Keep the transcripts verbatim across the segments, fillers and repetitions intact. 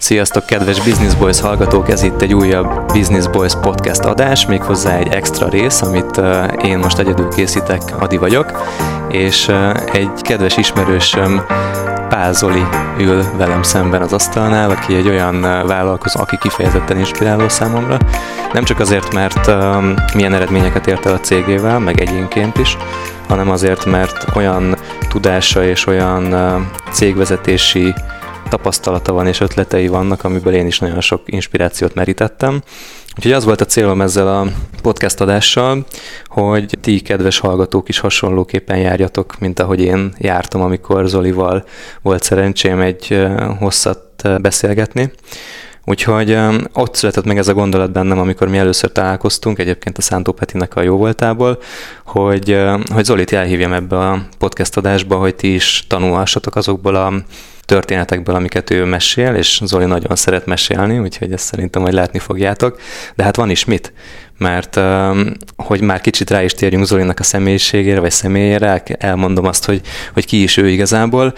Sziasztok, kedves Business Boys hallgatók! Ez itt egy újabb Business Boys podcast adás, méghozzá egy extra rész, amit uh, én most egyedül készítek, Adi vagyok, és uh, egy kedves ismerősöm, Pál Zoli ül velem szemben az asztalnál, aki egy olyan uh, vállalkozó, aki kifejezetten inspiráló számomra. Nem csak azért, mert uh, milyen eredményeket ért el a cégével, meg egyénként is, hanem azért, mert olyan tudása és olyan uh, cégvezetési tapasztalata van és ötletei vannak, amiből én is nagyon sok inspirációt merítettem. Úgyhogy az volt a célom ezzel a podcast adással, hogy ti, kedves hallgatók is hasonlóképpen járjatok, mint ahogy én jártam, amikor Zolival volt szerencsém egy hosszat beszélgetni. Úgyhogy ott született meg ez a gondolat bennem, amikor mi először találkoztunk, egyébként a Szántó Petinek a jóvoltából, hogy, hogy Zolit elhívjam ebbe a podcast adásba, hogy ti is tanulhassatok azokból a történetekből, amiket ő mesél, és Zoli nagyon szeret mesélni, úgyhogy ezt szerintem majd látni fogjátok. De hát van is mit, mert hogy már kicsit rá is térjünk Zolinak a személyiségére, vagy személyére, elmondom azt, hogy, hogy ki is ő igazából.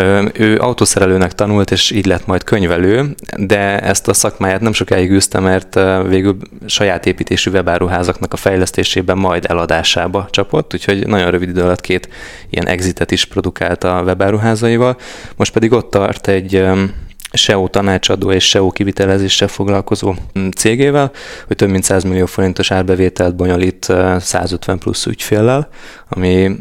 Ő autószerelőnek tanult, és így lett majd könyvelő, de ezt a szakmáját nem sokáig űzte, mert végül saját építésű webáruházaknak a fejlesztésében, majd eladásába csapott, úgyhogy nagyon rövid idő alatt két ilyen exitet is produkált a webáruházaival. Most pedig ott tart egy es e o tanácsadó és es e o kivitelezéssel foglalkozó cégével, hogy több mint száz millió forintos árbevételt bonyolít száz ötven plusz ügyféllel, ami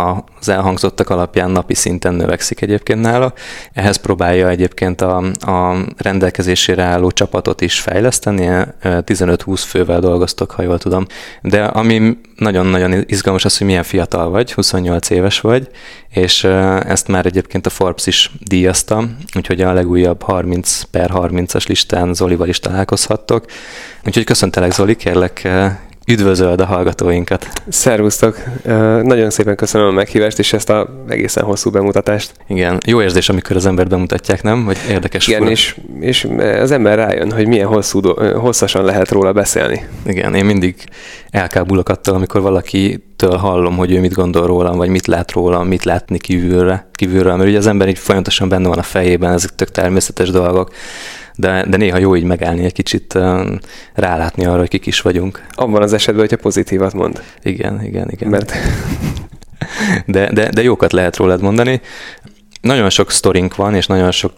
az elhangzottak alapján napi szinten növekszik egyébként nála. Ehhez próbálja egyébként a, a rendelkezésére álló csapatot is fejleszteni, tizenöt-húsz fővel dolgoztok, ha jól tudom. De ami nagyon-nagyon izgalmas az, hogy milyen fiatal vagy, huszonnyolc éves vagy, és ezt már egyébként a Forbes is díjazta, úgyhogy a legújabb harminc per harmincas listán Zolival is találkozhattok. Úgyhogy köszöntelek, Zoli, kérlek, üdvözöld a hallgatóinkat! Szervusztok! Uh, nagyon szépen köszönöm a meghívást és ezt a egészen hosszú bemutatást. Igen, jó érzés, amikor az embert bemutatják, nem? Vagy érdekes. Igen, és, és az ember rájön, hogy milyen hosszú, hosszasan lehet róla beszélni. Igen, én mindig elkábulok attól, amikor valakitől hallom, hogy ő mit gondol rólam, vagy mit lát rólam, mit látni kívülre, kívülről, mert ugye az ember így folyamatosan benne van a fejében, ezek tök természetes dolgok. De, de néha jó így megállni egy kicsit, rálátni arra, hogy kik is vagyunk. Abban az esetben, hogyha pozitívat mond. Igen, igen, igen. Mert... de, de, de jókat lehet rólad mondani. Nagyon sok sztorink van, és nagyon sok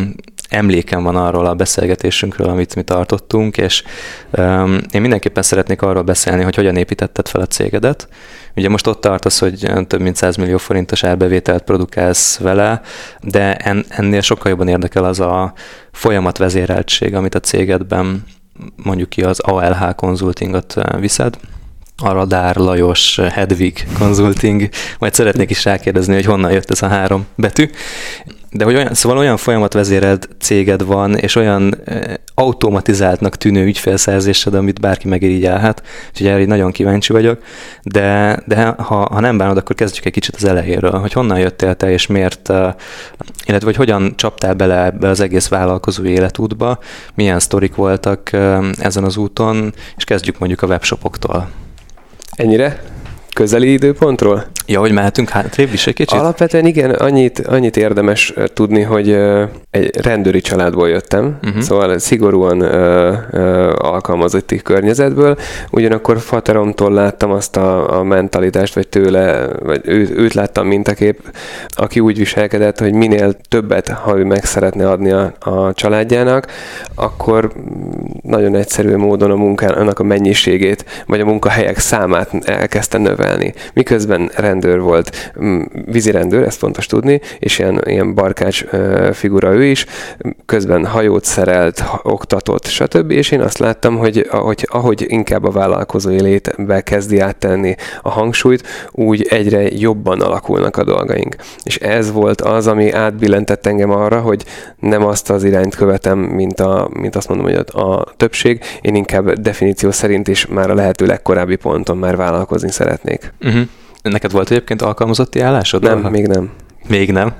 emlékem van arról a beszélgetésünkről, amit mi tartottunk, és um, én mindenképpen szeretnék arról beszélni, hogy hogyan építetted fel a cégedet. Ugye most ott tartasz, hogy több mint száz millió forintos árbevételt produkálsz vele, de en, ennél sokkal jobban érdekel az a folyamatvezéreltség, amit a cégedben mondjuk ki az á el há Consultingot viszed. A Radár, Lajos, Hedvig Consulting, majd szeretnék is rákérdezni, hogy honnan jött ez a három betű. De hogy olyan, szóval olyan folyamatvezérelt céged van, és olyan e, automatizáltnak tűnő ügyfélszerzésed, amit bárki megirigyelhet, úgyhogy erre nagyon kíváncsi vagyok, de, de ha, ha nem bánod, akkor kezdjük egy kicsit az elejéről, hogy honnan jöttél te, és miért, e, illetve hogy hogyan csaptál bele ebbe az egész vállalkozói életútba, milyen sztorik voltak e, ezen az úton, és kezdjük mondjuk a webshopoktól. Ennyire? Közeli időpontról? Ja, hogy mehetünk hátrébb is egy kicsit? Alapvetően igen, annyit, annyit érdemes tudni, hogy egy rendőri családból jöttem, uh-huh. szóval szigorúan uh, uh, alkalmazotti környezetből, ugyanakkor fateromtól láttam azt a, a mentalitást, vagy tőle, vagy ő, őt láttam mintakép, aki úgy viselkedett, hogy minél többet, ha ő meg szeretne adni a, a családjának, akkor nagyon egyszerű módon a munkának a mennyiségét, vagy a munkahelyek számát elkezdte növelni. Miközben rendőr volt, vízirendőr, ezt fontos tudni, és ilyen, ilyen barkács figura ő is, közben hajót szerelt, oktatott, stb. És én azt láttam, hogy ahogy, ahogy inkább a vállalkozói létbe kezdi áttenni a hangsúlyt, úgy egyre jobban alakulnak a dolgaink. És ez volt az, ami átbillentett engem arra, hogy nem azt az irányt követem, mint, a, mint azt mondom, hogy a, a többség, én inkább definíció szerint is már a lehető legkorábbi ponton már vállalkozni szeretnék. Uh-huh. Neked volt egyébként alkalmazotti állásod? Nem, még nem. Még nem?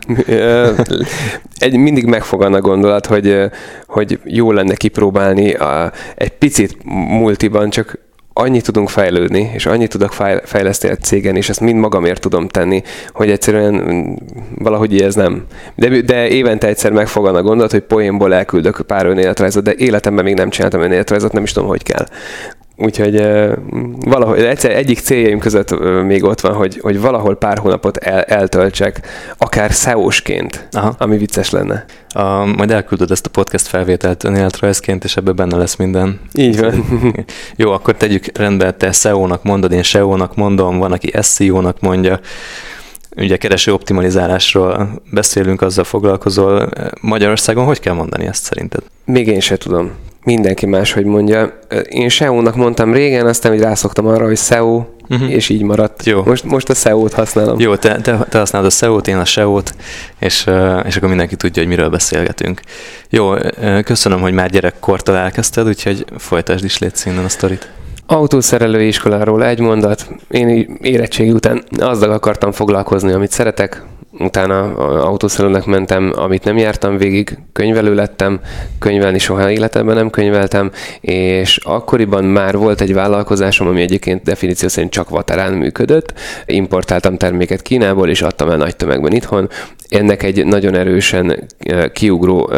Egy, mindig megfogad a gondolat, hogy, hogy jó lenne kipróbálni a, egy picit multiban, csak annyit tudunk fejlődni, és annyit tudok fejleszteni a cégen, és ezt mind magamért tudom tenni, hogy egyszerűen valahogy ez nem. De, de évente egyszer megfogad a gondolat, hogy poénból elküldök pár önéletrajzot, de életemben még nem csináltam önéletrajzot, nem is tudom, hogy kell. Úgyhogy uh, valahogy egyszer egyik céljaim között uh, még ott van, hogy, hogy valahol pár hónapot el, eltöltsek, akár es e ó-sként, Aha. ami vicces lenne. A, majd elküldöd ezt a podcast felvételt önéletrajzként, és ebben benne lesz minden. Így van. Jó, akkor tegyük rendbe, te es e ó-nak mondod, én es e ó-nak mondom, van, aki es e ó-nak mondja. Ugye kereső optimalizálásról beszélünk, azzal foglalkozol. Magyarországon hogy kell mondani ezt szerinted? Még én se tudom. Mindenki máshogy mondja. Én es e ó-nak mondtam régen, aztán hogy rászoktam arra, hogy es e ó, uh-huh. és így maradt. Jó. Most, most a es e ó-t használom. Jó, te, te, te használod a es e ó-t, én a es e ó-t, és, és akkor mindenki tudja, hogy miről beszélgetünk. Jó, köszönöm, hogy már gyerekkortól elkezdted, úgyhogy folytasd is, légy színen a sztorit. Autószerelői iskoláról egy mondat. Én érettségi után azzal akartam foglalkozni, amit szeretek. Utána autószerelőnek mentem, amit nem jártam végig, könyvelő lettem, könyvelni soha életemben nem könyveltem, és akkoriban már volt egy vállalkozásom, ami egyébként definíció szerint csak vaterán működött. Importáltam terméket Kínából, és adtam el nagy tömegben itthon. Ennek egy nagyon erősen kiugró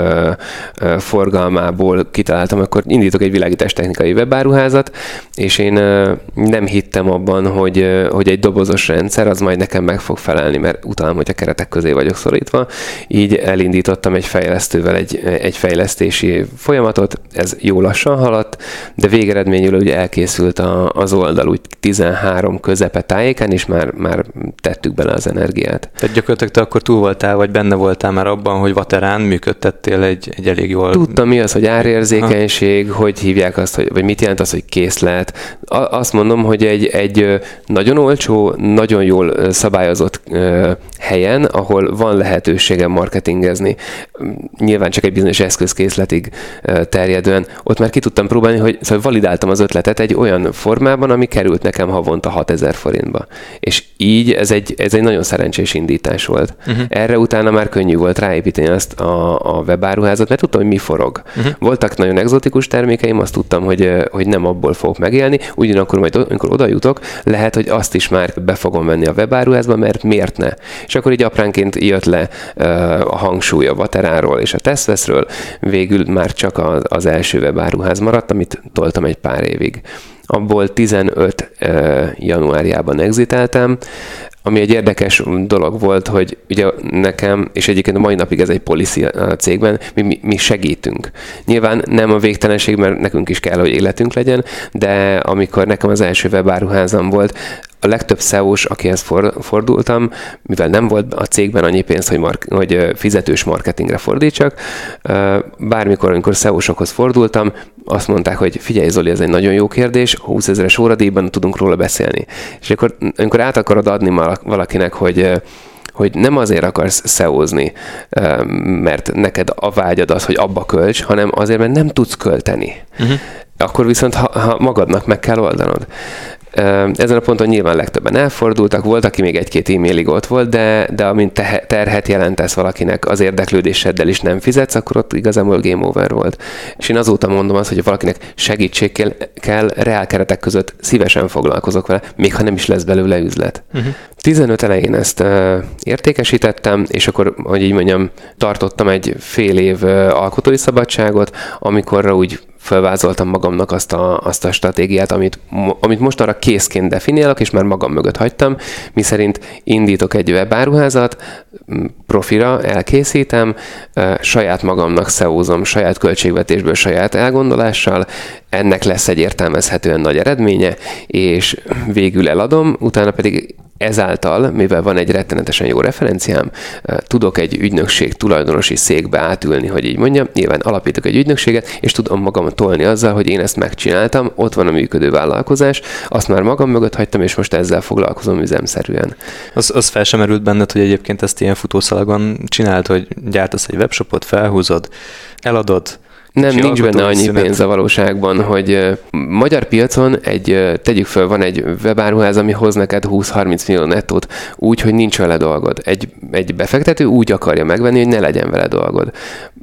forgalmából kitaláltam, akkor indítok egy világítástechnikai webáruházat, és én nem hittem abban, hogy, hogy egy dobozos rendszer az majd nekem meg fog felelni, mert utána, hogy a keretek közé vagyok szorítva. Így elindítottam egy fejlesztővel egy, egy fejlesztési folyamatot, ez jó lassan haladt, de végeredményül ugye elkészült a, az oldal úgy tizenhárom közepe tájéken, és már, már tettük bele az energiát. Tehát gyakorlatilag te akkor túl voltál, vagy benne voltál már abban, hogy vaterán működtettél egy, egy elég jól... Tudtam mi az, hogy árérzékenység, ha. hogy hívják azt, hogy, vagy mit jelent az, hogy készlet. A, azt mondom, hogy egy, egy nagyon olcsó, nagyon jól szabályozott helyen, ahol van lehetőségem marketingezni, nyilván csak egy bizonyos eszközkészletig terjedően, ott már ki tudtam próbálni, hogy szóval validáltam az ötletet egy olyan formában, ami került nekem havonta hatezer forintba. És így ez egy, ez egy nagyon szerencsés indítás volt. Uh-huh. Erre utána már könnyű volt ráépíteni azt a, a webáruházat, mert tudtam, hogy mi forog. Uh-huh. Voltak nagyon egzotikus termékeim, azt tudtam, hogy, hogy nem abból fogok megélni, ugyanakkor majd, amikor oda jutok, lehet, hogy azt is már be fogom venni a webáruházba, mert miért ne? És akkor így apránként jött le a hangsúly a vateráról és a tesztveszről, végül már csak az, az első webáruház maradt, amit toltam egy pár évig. Abból tizenöt januárjában exiteltem, ami egy érdekes dolog volt, hogy ugye nekem, és egyébként a mai napig ez egy policy a cégben, mi, mi, mi segítünk. Nyilván nem a végtelenség, mert nekünk is kell, hogy életünk legyen, de amikor nekem az első webáruházam volt, a legtöbb es e ó-s, akihez for, fordultam, mivel nem volt a cégben annyi pénz, hogy, mark, hogy fizetős marketingre fordítsak, bármikor, amikor es e ó-sokhoz fordultam, azt mondták, hogy figyelj Zoli, ez egy nagyon jó kérdés, húszezeres óradíjban tudunk róla beszélni. És akkor, amikor át akarod adni valakinek, hogy hogy nem azért akarsz es e ó-zni, mert neked a vágyad az, hogy abba költs, hanem azért, mert nem tudsz költeni. Uh-huh. Akkor viszont ha, ha magadnak meg kell oldanod. Ezen a ponton nyilván legtöbben elfordultak, volt, aki még egy-két e-mailig ott volt, de, de amint te, terhet jelentesz valakinek az érdeklődéseddel is nem fizetsz, akkor ott igazából game over volt. És én azóta mondom azt, hogy valakinek segítség kell, kell reál keretek között szívesen foglalkozok vele, még ha nem is lesz belőle üzlet. Uh-huh. tizenöt elején ezt uh, értékesítettem, és akkor, hogy így mondjam, tartottam egy fél év uh, alkotói szabadságot, amikorra úgy felvázoltam magamnak azt a, azt a stratégiát, amit, amit most arra készként definiálok, és már magam mögött hagytam, miszerint indítok egy webáruházat, profira elkészítem, saját magamnak es e ó-zom, saját költségvetésből, saját elgondolással, ennek lesz egy értelmezhetően nagy eredménye, és végül eladom, utána pedig ezáltal, mivel van egy rettenetesen jó referenciám, tudok egy ügynökség tulajdonosi székbe átülni, hogy így mondjam, nyilván alapítok egy ügynökséget, és tudom magam tolni azzal, hogy én ezt megcsináltam, ott van a működő vállalkozás, azt már magam mögött hagytam, és most ezzel foglalkozom üzemszerűen. Az, az fel sem merült benned, hogy egyébként ezt ilyen futószalagon csináld, hogy gyártasz egy webshopot, felhúzod, eladod. Nem, nincs benne annyi szünet. Pénz a valóságban, hogy uh, magyar piacon egy, uh, tegyük föl, van egy webáruház, ami hoz neked húsz-harminc millió nettót, úgy, hogy nincs vele dolgod. Egy, egy befektető úgy akarja megvenni, hogy ne legyen vele dolgod.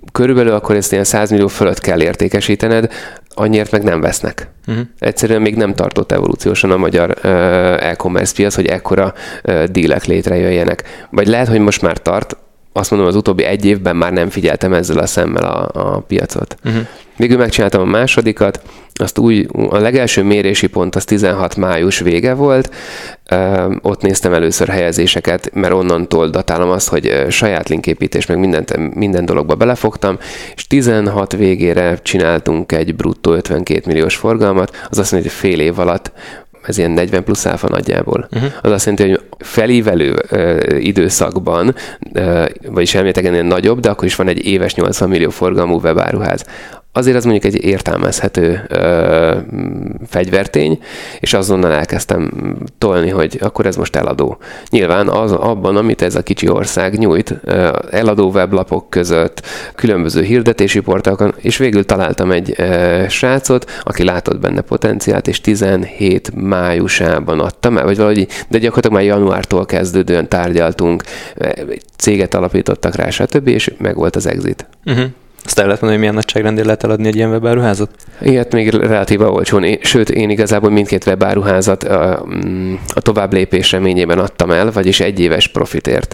körülbelül akkor ezt ilyen száz millió fölött kell értékesítened, annyiért meg nem vesznek. Uh-huh. Egyszerűen még nem tartott evolúciósan a magyar uh, e-commerce piac, hogy ekkora uh, dílek létrejöjjenek. Vagy lehet, hogy most már tart, azt mondom, az utóbbi egy évben már nem figyeltem ezzel a szemmel a, a piacot. Uh-huh. Végül megcsináltam a másodikat, azt úgy, a legelső mérési pont az tizenhat május vége volt, ö, ott néztem először helyezéseket, mert onnantól datálom azt, hogy saját linképítés, meg mindent, minden dologba belefogtam, és tizenhat végére csináltunk egy bruttó ötvenkét milliós forgalmat, az azt mondja, hogy fél év alatt ez ilyen negyven plusz áfa nagyjából. Uh-huh. Az azt jelenti, hogy felívelő ö, időszakban, ö, vagyis elméletileg ennél nagyobb, de akkor is van egy éves nyolcvan millió forgalmú webáruház. Azért az mondjuk egy értelmezhető ö, fegyvertény, és azonnal elkezdtem tolni, hogy akkor ez most eladó. Nyilván az, abban, amit ez a kicsi ország nyújt, ö, eladó weblapok között, különböző hirdetési portálokon, és végül találtam egy ö, srácot, aki látott benne potenciált, és tizenhét májusában adtam el, vagy valahogy, de gyakorlatilag már januártól kezdődően tárgyaltunk, céget alapítottak rá, stb., és meg volt az exit. Uh-huh. Azt el lehet mondani, hogy milyen nagyságrendért lehet eladni egy ilyen webáruházat? Ilyet még relatíve olcsón. Én, sőt, én igazából mindkét webáruházat a, a tovább lépés reményében adtam el, vagyis egy éves profitért.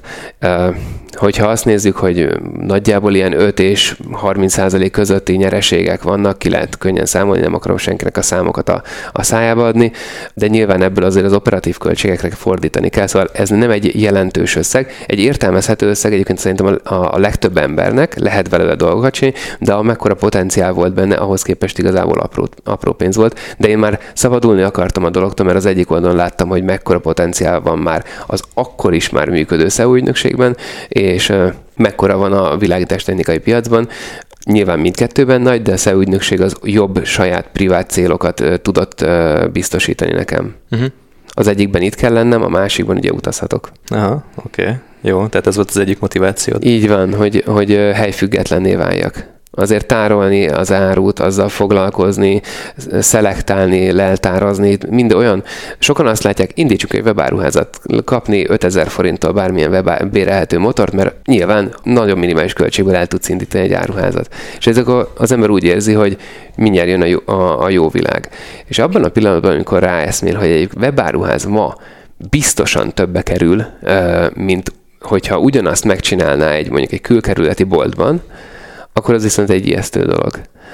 Hogyha azt nézzük, hogy nagyjából ilyen öt és harminc százalék közötti nyereségek vannak, ki lehet könnyen számolni, nem akarom senkinek a számokat a, a szájába adni, de nyilván ebből azért az operatív költségekre fordítani kell, szóval ez nem egy jelentős összeg. Egy értelmezhető összeg egyébként szerintem a, a legtöbb embernek lehet belőle dolgokat csinálni, de amekkora potenciál volt benne, ahhoz képest igazából apró, apró pénz volt, de én már szabadulni akartam a dologtól, mert az egyik oldalon láttam, hogy mekkora potenciál van már az akkor is már működő es e o ügynökségben, és uh, mekkora van a világi testtechnikai piacban. Nyilván mindkettőben nagy, de a es e o ügynökség az jobb saját privát célokat uh, tudott uh, biztosítani nekem. Uh-huh. Az egyikben itt kell lennem, a másikban ugye utazhatok. Aha, oké. Okay. Jó, tehát ez volt az egyik motivációd. Így van, hogy, hogy helyfüggetlenné váljak. Azért tárolni az árut, azzal foglalkozni, szelektálni, leltárazni, mind olyan. Sokan azt látják, indítsuk egy webáruházat, kapni ötezer forinttal bármilyen webbérelhető motort, mert nyilván nagyon minimális költségből el tudsz indítani egy áruházat. És ezek az ember úgy érzi, hogy mindjárt jön a jó, a, a jó világ. És abban a pillanatban, amikor ráeszmél, hogy egy webáruház ma biztosan többe kerül, mint hogyha ugyanazt megcsinálná egy mondjuk egy külkerületi boltban, akkor az viszont egy ijesztő dolog.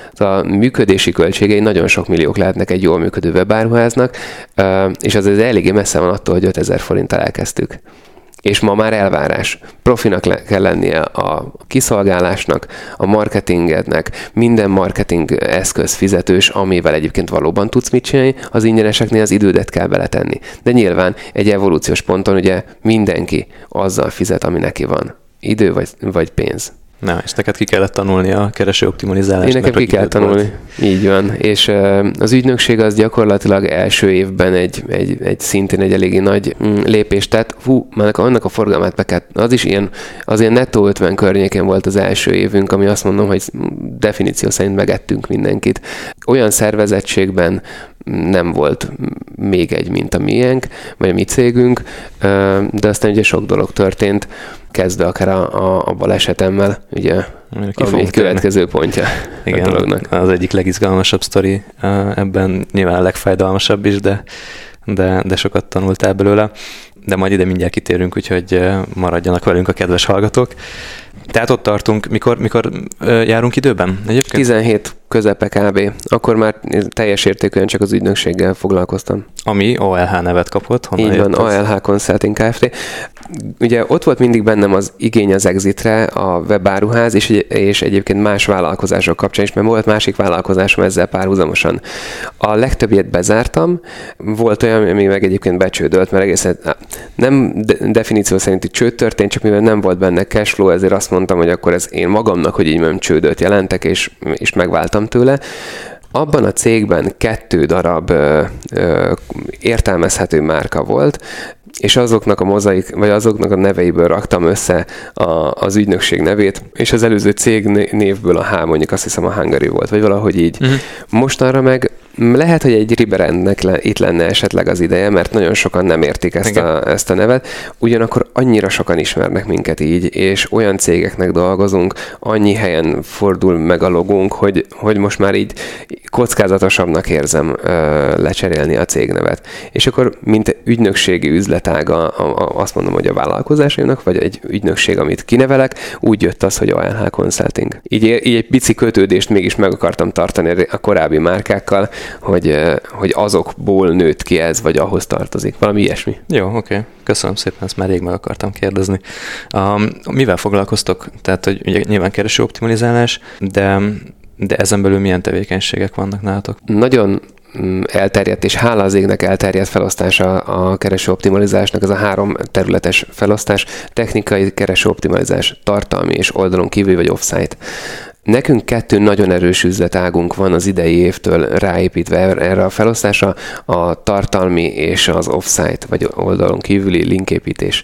A működési költségei nagyon sok milliók lehetnek egy jól működő webáruháznak, és az eléggé messze van attól, hogy ötezer forinttal elkezdtük. És ma már elvárás. Profinak le- kell lennie a kiszolgálásnak, a marketingednek, minden marketing eszköz fizetős, amivel egyébként valóban tudsz mit csinálni, az ingyeneseknél az idődet kell beletenni. De nyilván egy evolúciós ponton ugye mindenki azzal fizet, ami neki van. Idő vagy, vagy pénz. Na, és neked ki kellett tanulni a kereső optimalizálást. Én nekem ki kell tanulni. Volt. Így van. És uh, az ügynökség az gyakorlatilag első évben egy, egy, egy szintén egy eléggé nagy mm, lépést tett. Hú, már annak a forgalmát be kell, az is ilyen, az ilyen nettó ötven környéken volt az első évünk, ami azt mondom, hogy definíció szerint megettünk mindenkit. Olyan szervezettségben nem volt még egy, mint a miénk, vagy a mi cégünk, de aztán ugye sok dolog történt, kezdve akár a, a, a balesetemmel, ugye, ami egy következő pontja igen, a dolognak. Az egyik legizgalmasabb sztori, ebben nyilván a legfájdalmasabb is, de, de, de sokat tanultál belőle, de majd ide mindjárt kitérünk, úgyhogy maradjanak velünk a kedves hallgatók. Tehát ott tartunk, mikor, mikor járunk időben egyébként? tizenhét közepe kb. Akkor már teljes értékűen csak az ügynökséggel foglalkoztam. Ami o el há nevet kapott. Honnan így van, o el há Consulting Kft. Ugye ott volt mindig bennem az igény az exitre, a webáruház, és, és egyébként más vállalkozások kapcsán is, mert volt másik vállalkozásom ezzel párhuzamosan. A legtöbbet bezártam, volt olyan, ami meg egyébként becsődölt, mert egészen nem de, definíció szerinti csőd történt, csak mivel nem volt benne cashflow, ezért azt mondtam, hogy akkor ez én magamnak, hogy így nem csődöt jelentek, és, és megváltam tőle. Abban a cégben kettő darab ö, ö, értelmezhető márka volt, és azoknak a mozaik, vagy azoknak a neveiből raktam össze a, az ügynökség nevét, és az előző cég névből a H mondjuk azt hiszem a Hungary volt, vagy valahogy így. Uh-huh. Mostanra meg Lehet, hogy egy rebrandnek le, itt lenne esetleg az ideje, mert nagyon sokan nem értik ezt a, ezt a nevet, ugyanakkor annyira sokan ismernek minket így, és olyan cégeknek dolgozunk, annyi helyen fordul meg a logónk, hogy, hogy most már így kockázatosabbnak érzem ö, lecserélni a cégnevet. És akkor, mint ügynökségi üzletága, a, a, azt mondom, hogy a vállalkozásaimnak, vagy egy ügynökség, amit kinevelek, úgy jött az, hogy o el há Consulting. Így, így egy pici kötődést mégis meg akartam tartani a korábbi márkákkal, hogy, hogy azokból nőtt ki ez, vagy ahhoz tartozik. Valami ilyesmi. Jó, oké. Okay. Köszönöm szépen, ezt már rég meg akartam kérdezni. Um, mivel foglalkoztok? Tehát, hogy ugye nyilván kereső optimalizálás, de, de ezen belül milyen tevékenységek vannak nálatok? Nagyon elterjedt, és hála az égnek elterjedt felosztása a kereső optimalizásnak, ez a három területes felosztás, technikai kereső optimalizás, tartalmi és oldalon kívül vagy offsite. Nekünk kettő nagyon erős üzletágunk van az idei évtől ráépítve erre a felosztásra, a tartalmi és az offsite, vagy oldalon kívüli linképítés.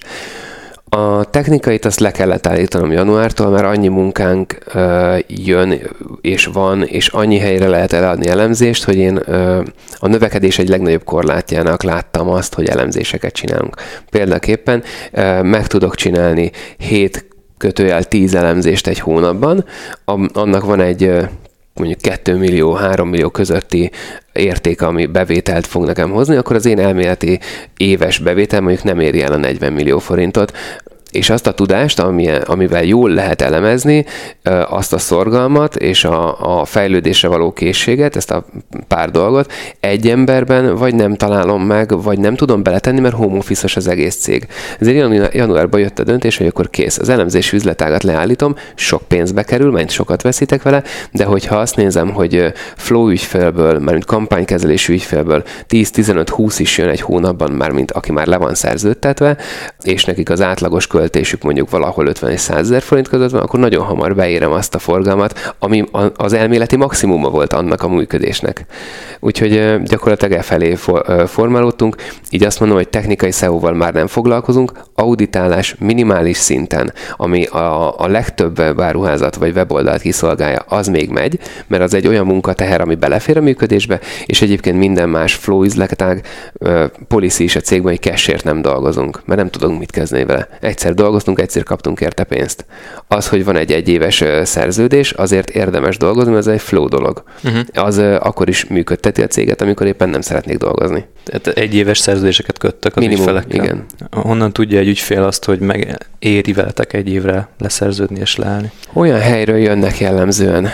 A technikait azt le kellett állítanom januártól, mert annyi munkánk uh, jön és van, és annyi helyre lehet eladni elemzést, hogy én uh, a növekedés egy legnagyobb korlátjának láttam azt, hogy elemzéseket csinálunk. Példaképpen uh, meg tudok csinálni hét kötőjel tíz elemzést egy hónapban, annak van egy mondjuk két millió, három millió közötti érték, ami bevételt fog nekem hozni, akkor az én elméleti éves bevétel mondjuk nem éri el a negyven millió forintot, és azt a tudást, ami, amivel jól lehet elemezni, azt a szorgalmat és a, a fejlődésre való készséget, ezt a pár dolgot egy emberben vagy nem találom meg, vagy nem tudom beletenni, mert home office-os az egész cég. Ezért januárban jött a döntés, hogy akkor kész. Az elemzési üzletágat leállítom, sok pénzbe kerül, mert sokat veszítek vele, de hogyha azt nézem, hogy flow ügyfélből, mármint kampánykezelésű ügyfélből tíz, tizenöt, húsz is jön egy hónapban, mármint aki már le van szerződtetve, és nekik az átlagos költésük mondjuk valahol ötven és százezer forint között van, akkor nagyon hamar beérem azt a forgalmat, ami az elméleti maximuma volt annak a működésnek. Úgyhogy gyakorlatilag e felé formálódtunk, így azt mondom, hogy technikai es e o-val már nem foglalkozunk, auditálás minimális szinten, ami a, a legtöbb áruházat vagy weboldalt kiszolgálja, az még megy, mert az egy olyan munkateher, ami belefér a működésbe, és egyébként minden más flow üzletág, policy is a cégben, hogy cashért nem dolgozunk, mert nem tudunk mit kezdeni vele. Egyszer dolgoztunk, egyszer kaptunk érte pénzt. Az, hogy van egy egyéves szerződés, azért érdemes dolgozni, mert ez egy flow dolog. Uh-huh. Az akkor is működteti a céget, amikor éppen nem szeretnék dolgozni. Tehát egyéves szerződéseket köttek az Minimum, ügyfelekkel. Igen. Honnan tudja egy ügyfél azt, hogy megéri veletek egy évre leszerződni és leállni? Olyan helyről jönnek jellemzően,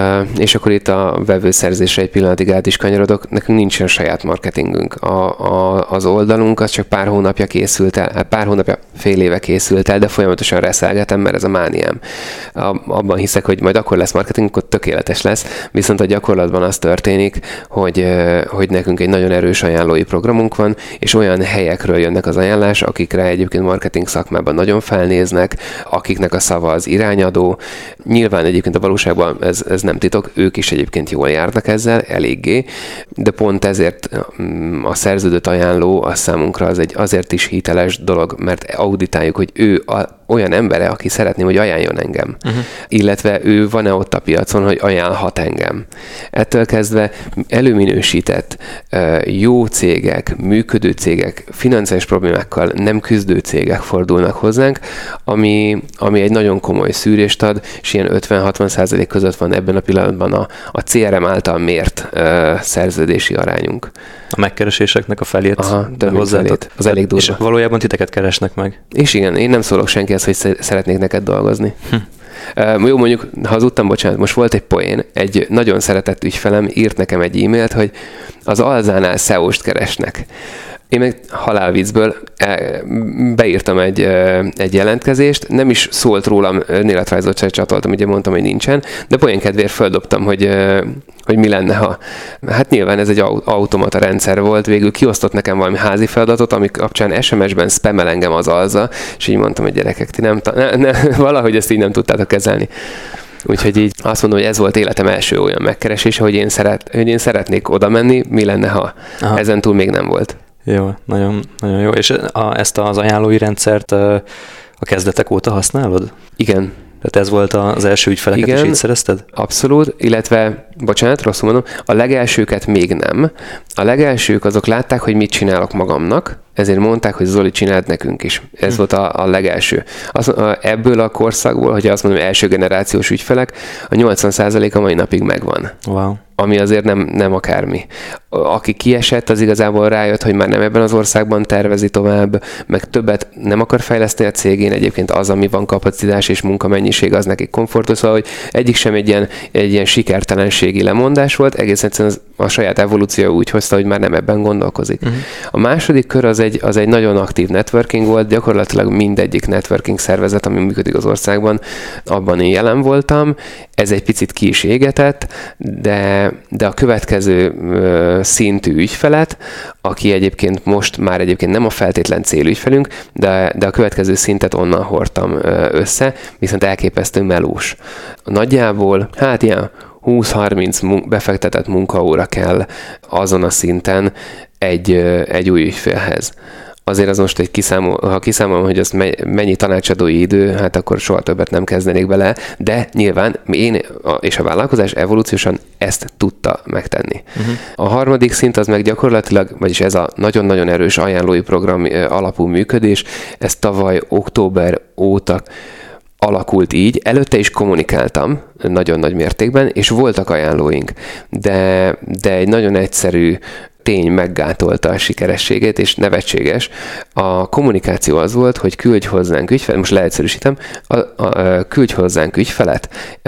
és akkor itt a vevőszerzésre egy pillanatig át is kanyarodok, nekünk nincsen saját marketingünk. A, a, az oldalunk az csak pár hónapja készült el, pár hónapja, fél éve készült el, de folyamatosan reszelgetem, mert ez a mániám. Abban hiszek, hogy majd akkor lesz marketing, akkor tökéletes lesz, viszont a gyakorlatban az történik, hogy, hogy nekünk egy nagyon erős ajánlói programunk van, és olyan helyekről jönnek az ajánlás, akikre egyébként marketing szakmában nagyon felnéznek, akiknek a szava az irányadó. Nyilván egyébként a valóságban ez, ez nem titok, ők is egyébként jól járnak ezzel, eléggé, de pont ezért a szerződött ajánló az számunkra az egy azért is hiteles dolog, mert auditáljuk, hogy ő a, olyan embere, aki szeretné, hogy ajánljon engem. Uh-huh. Illetve ő van-e ott a piacon, hogy ajánlhat engem. Ettől kezdve előminősített, jó cégek, működő cégek, financiális problémákkal nem küzdő cégek fordulnak hozzánk, ami, ami egy nagyon komoly szűrést ad, és ilyen ötven-hatvan százalék között van ebben a pillanatban a, a cé er em által mért uh, szerződési arányunk. A megkereséseknek a felét Aha, hozzáadott. Az elég durva. És valójában titeket keresnek meg. És igen, én nem szólok senkihez, hogy szeretnék neked dolgozni. Hm. Uh, jó, mondjuk hazudtam, bocsánat, most volt egy poén, egy nagyon szeretett ügyfelem írt nekem egy e-mailt, hogy az Alzánál es e o-st keresnek. Én meg halálviccből beírtam egy, egy jelentkezést, nem is szólt rólam, önéletrajzot sem csatoltam, ugye mondtam, hogy nincsen, de poén kedvéért földobtam, hogy, hogy mi lenne, ha... Hát nyilván ez egy automata rendszer volt, végül kiosztott nekem valami házi feladatot, ami kapcsán es em es-ben spammel engem az Alza, és így mondtam, hogy gyerekek, ti nem, ne, ne, valahogy ezt így nem tudtátok kezelni. Úgyhogy így azt mondom, hogy ez volt életem első olyan megkeresése, hogy én, szeret, hogy én szeretnék oda menni, mi lenne, ha Aha. ezen túl még nem volt. Jó, nagyon, nagyon jó. És a, ezt az ajánlói rendszert a kezdetek óta használod? Igen. Tehát ez volt az első ügyfeleket, igen, is így szerezted? Abszolút, illetve, bocsánat, rosszul mondom, a legelsőket még nem. A legelsők azok látták, hogy mit csinálok magamnak, ezért mondták, hogy Zoli, csináld nekünk is. Ez hm. volt a, a legelső. Az, a, ebből a korszakból, hogy azt mondom, első generációs ügyfelek, a nyolcvan százalék a mai napig megvan. Wow. Ami azért nem, nem akármi. Aki kiesett, az igazából rájött, hogy már nem ebben az országban tervezi tovább, meg többet nem akar fejleszteni a cégén, egyébként az, ami van kapacitás és munkamennyiség, az nekik komfortos, szóval, hogy egyik sem egy ilyen, egy ilyen sikertelenségi lemondás volt, egész egyszerűen a saját evolúció úgy hozta, hogy már nem ebben gondolkozik. Uh-huh. A második kör az egy, az egy nagyon aktív networking volt, gyakorlatilag mindegyik networking szervezet, ami működik az országban, abban én jelen voltam, ez egy picit ki is égetett, de de a következő ö, szintű ügyfelet, aki egyébként most már egyébként nem a feltétlen célügyfelünk, de, de a következő szintet onnan hordtam ö, össze, viszont elképesztő melós. Nagyjából, hát ilyen húsz-harminc mun- befektetett munkaóra kell azon a szinten egy, ö, egy új ügyfélhez. Azért az most egy kiszámol, ha kiszámolom, hogy azt mennyi tanácsadói idő, hát akkor soha többet nem kezdenék bele, de nyilván én és a vállalkozás evolúciósan ezt tudta megtenni. Uh-huh. A harmadik szint az meg gyakorlatilag, vagyis ez a nagyon-nagyon erős ajánlói program alapú működés, ez tavaly október óta alakult így, előtte is kommunikáltam nagyon nagy mértékben, és voltak ajánlóink, de, de egy nagyon egyszerű tény meggátolta a sikerességét, és nevetséges. A kommunikáció az volt, hogy küldj hozzánk ügyfelet, most leegyszerűsítem, a, a, a, küldj hozzánk ügyfelet,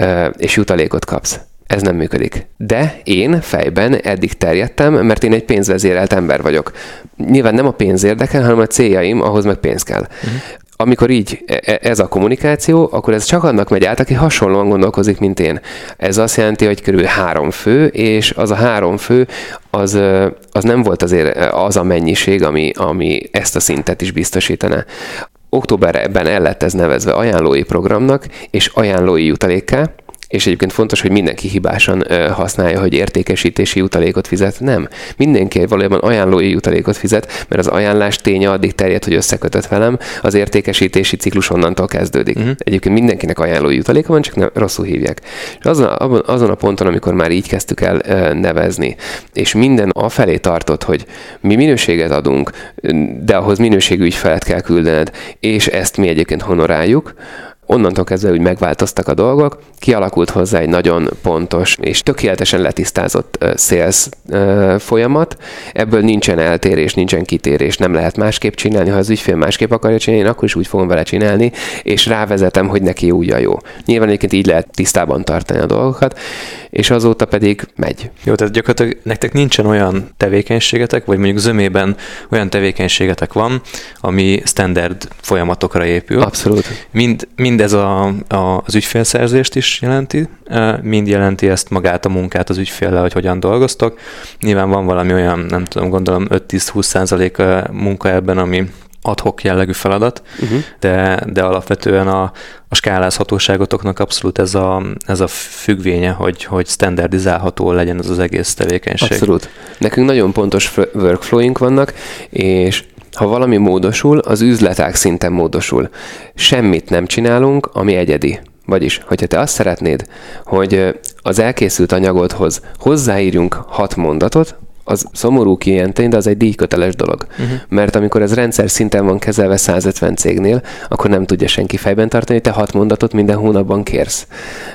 és jutalékot kapsz. Ez nem működik. De én fejben eddig terjedtem, mert én egy pénzvezérelt ember vagyok. Nyilván nem a pénz érdekel, hanem a céljaim, ahhoz meg pénz kell. Uh-huh. Amikor így ez a kommunikáció, akkor ez csak annak megy át, aki hasonlóan gondolkozik, mint én. Ez azt jelenti, hogy körülbelül három fő, és az a három fő, az, az nem volt azért az a mennyiség, ami, ami ezt a szintet is biztosítaná. Októberben el lett ez nevezve ajánlói programnak, és ajánlói jutalékká, és egyébként fontos, hogy mindenki hibásan használja, hogy értékesítési jutalékot fizet. Nem. Mindenki valójában ajánlói jutalékot fizet, mert az ajánlás ténye addig terjed, hogy összekötött velem, az értékesítési ciklus onnantól kezdődik. Uh-huh. Egyébként mindenkinek ajánlói jutaléka van, csak nem, rosszul hívják. És azon a, azon a ponton, amikor már így kezdtük el nevezni, és minden afelé tartott, hogy mi minőséget adunk, de ahhoz minőségű ügyfelet kell küldened, és ezt mi egyébként honoráljuk, onnantól kezdve úgy megváltoztak a dolgok, kialakult hozzá egy nagyon pontos és tökéletesen letisztázott uh, sales uh, folyamat. Ebből nincsen eltérés, nincsen kitérés, nem lehet másképp csinálni. Ha az ügyfél másképp akarja csinálni, én akkor is úgy fogom vele csinálni, és rávezetem, hogy neki úgy a jó. Nyilván egyébként így lehet tisztában tartani a dolgokat, és azóta pedig megy. Jó, tehát gyakorlatilag nektek nincsen olyan tevékenységetek, vagy mondjuk zömében olyan tevékenységetek van, ami standard folyamatokra épül. Abszolút. Mind, mind ez a, a, az ügyfélszerzést is jelenti, mind jelenti ezt magát a munkát az ügyféllel, hogy hogyan dolgoztok. Nyilván van valami olyan, nem tudom, gondolom öt-tíz-húsz százalék munka ebben, ami ad-hoc jellegű feladat, uh-huh. de, de alapvetően a, a skálázhatóságotoknak abszolút ez a, ez a függvénye, hogy, hogy standardizálható legyen ez az egész tevékenység. Abszolút. Nekünk nagyon pontos workflowink vannak, és ha valami módosul, az üzletág szinten módosul. Semmit nem csinálunk, ami egyedi. Vagyis, hogyha te azt szeretnéd, hogy az elkészült anyagodhoz hozzáírjunk hat mondatot, az szomorú kijelenteni, de az egy díjköteles dolog. Uh-huh. Mert amikor ez rendszer szinten van kezelve százötven cégnél, akkor nem tudja senki fejben tartani, te hat mondatot minden hónapban kérsz.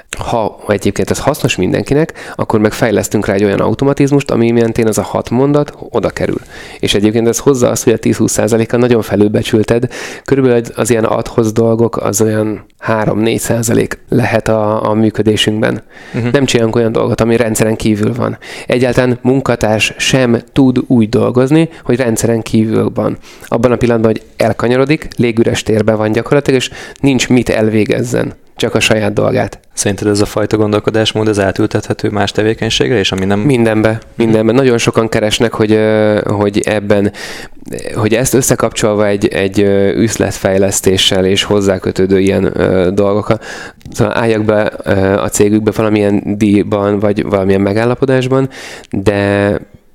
Ha egyébként ez hasznos mindenkinek, akkor meg fejlesztünk rá egy olyan automatizmust, ami mentén az a hat mondat oda kerül. És egyébként ez hozzá azt, hogy a tíz-húsz százaléka nagyon felülbecsülted. Körülbelül az ilyen adhoz dolgok az olyan három-négy százalék lehet a, a működésünkben. Uh-huh. Nem csinálunk olyan dolgot, ami rendszeren kívül van. Egyáltalán munkatárs sem tud úgy dolgozni, hogy rendszeren kívül van. Abban a pillanatban, hogy elkanyarodik, légüres térben van gyakorlatilag, és nincs mit elvégezzen, csak a saját dolgát. Szerinted ez a fajta gondolkodásmód, ez átültethető más tevékenységre, és ami nem... Mindenbe, mindenbe. Nagyon sokan keresnek, hogy, hogy ebben, hogy ezt összekapcsolva egy, egy üzletfejlesztéssel és hozzákötődő ilyen dolgokkal, szóval álljak be a cégükbe valamilyen díjban, vagy valamilyen megállapodásban, de,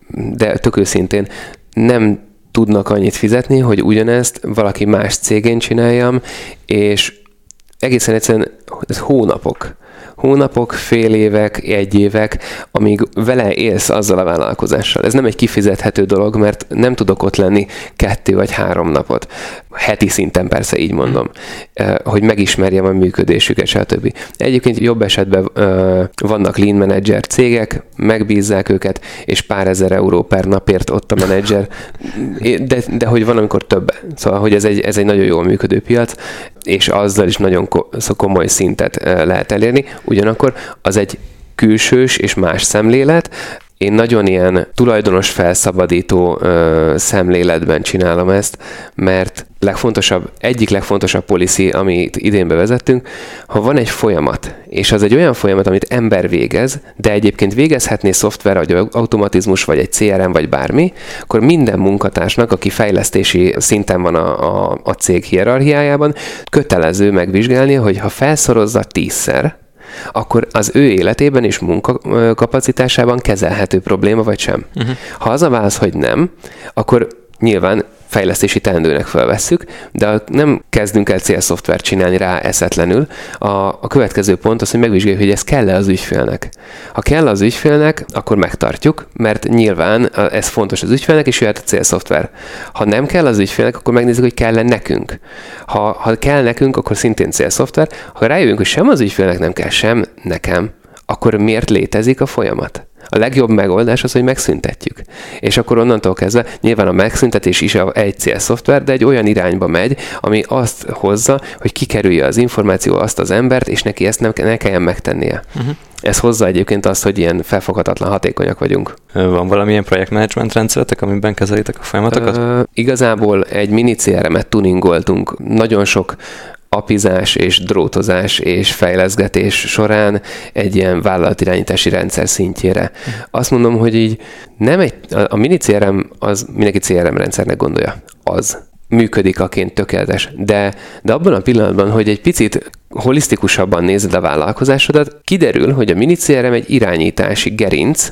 de tök őszintén nem tudnak annyit fizetni, hogy ugyanezt valaki más cégén csináljam, és egészen egyszerűen ez hónapok. Hónapok, fél évek, egy évek, amíg vele élsz azzal a vállalkozással. Ez nem egy kifizethető dolog, mert nem tudok ott lenni kettő vagy három napot. Heti szinten persze így mondom, hogy megismerjem a működésüket, stb. Egyébként jobb esetben vannak lean manager cégek, megbízzák őket, és pár ezer euró per napért ott a menedzser, de, de hogy van, amikor több. Szóval, hogy ez egy, ez egy nagyon jól működő piac, és azzal is nagyon komoly szintet lehet elérni. Ugyanakkor az egy külsős és más szemlélet. Én nagyon ilyen tulajdonos felszabadító ö, szemléletben csinálom ezt, mert legfontosabb, egyik legfontosabb policy, amit idén bevezettünk, ha van egy folyamat, és az egy olyan folyamat, amit ember végez, de egyébként végezhetné szoftver, vagy automatizmus, vagy egy cé er em, vagy bármi, akkor minden munkatársnak, aki fejlesztési szinten van a, a, a cég hierarchiájában, kötelező megvizsgálni, hogy ha felszorozza tízszer, akkor az ő életében és munkakapacitásában kezelhető probléma, vagy sem. Uh-huh. Ha az a válasz, hogy nem, akkor nyilván fejlesztési teendőnek felvesszük, de nem kezdünk el célszoftvert csinálni rá eszetlenül. A, a következő pont az, hogy megvizsgáljuk, hogy ez kell-e az ügyfélnek. Ha kell az ügyfélnek, akkor megtartjuk, mert nyilván ez fontos az ügyfélnek, és jöhet a célszoftver. Ha nem kell az ügyfélnek, akkor megnézzük, hogy kell-e nekünk. Ha, ha kell nekünk, akkor szintén célszoftver. Ha rájövünk, hogy sem az ügyfélnek nem kell, sem nekem, akkor miért létezik a folyamat? A legjobb megoldás az, hogy megszüntetjük. És akkor onnantól kezdve nyilván a megszüntetés is egy célszoftver, de egy olyan irányba megy, ami azt hozza, hogy kikerülje az információ azt az embert, és neki ezt nem, ne kelljen megtennie. Uh-huh. Ez hozza egyébként azt, hogy ilyen felfoghatatlan hatékonyak vagyunk. Van valamilyen projektmenedzsment rendszeretek, amiben kezelitek a folyamatokat? Uh, igazából egy mini cé er em-et tuningoltunk. Nagyon sok apizás és drótozás és fejleszgetés során egy ilyen vállalatirányítási rendszer szintjére. Azt mondom, hogy így nem egy, a mini cé er em az mindenki cé er em rendszernek gondolja. Az működik aként tökéletes. De, de abban a pillanatban, hogy egy picit holisztikusabban nézed a vállalkozásodat, kiderül, hogy a mini cé er em egy irányítási gerinc,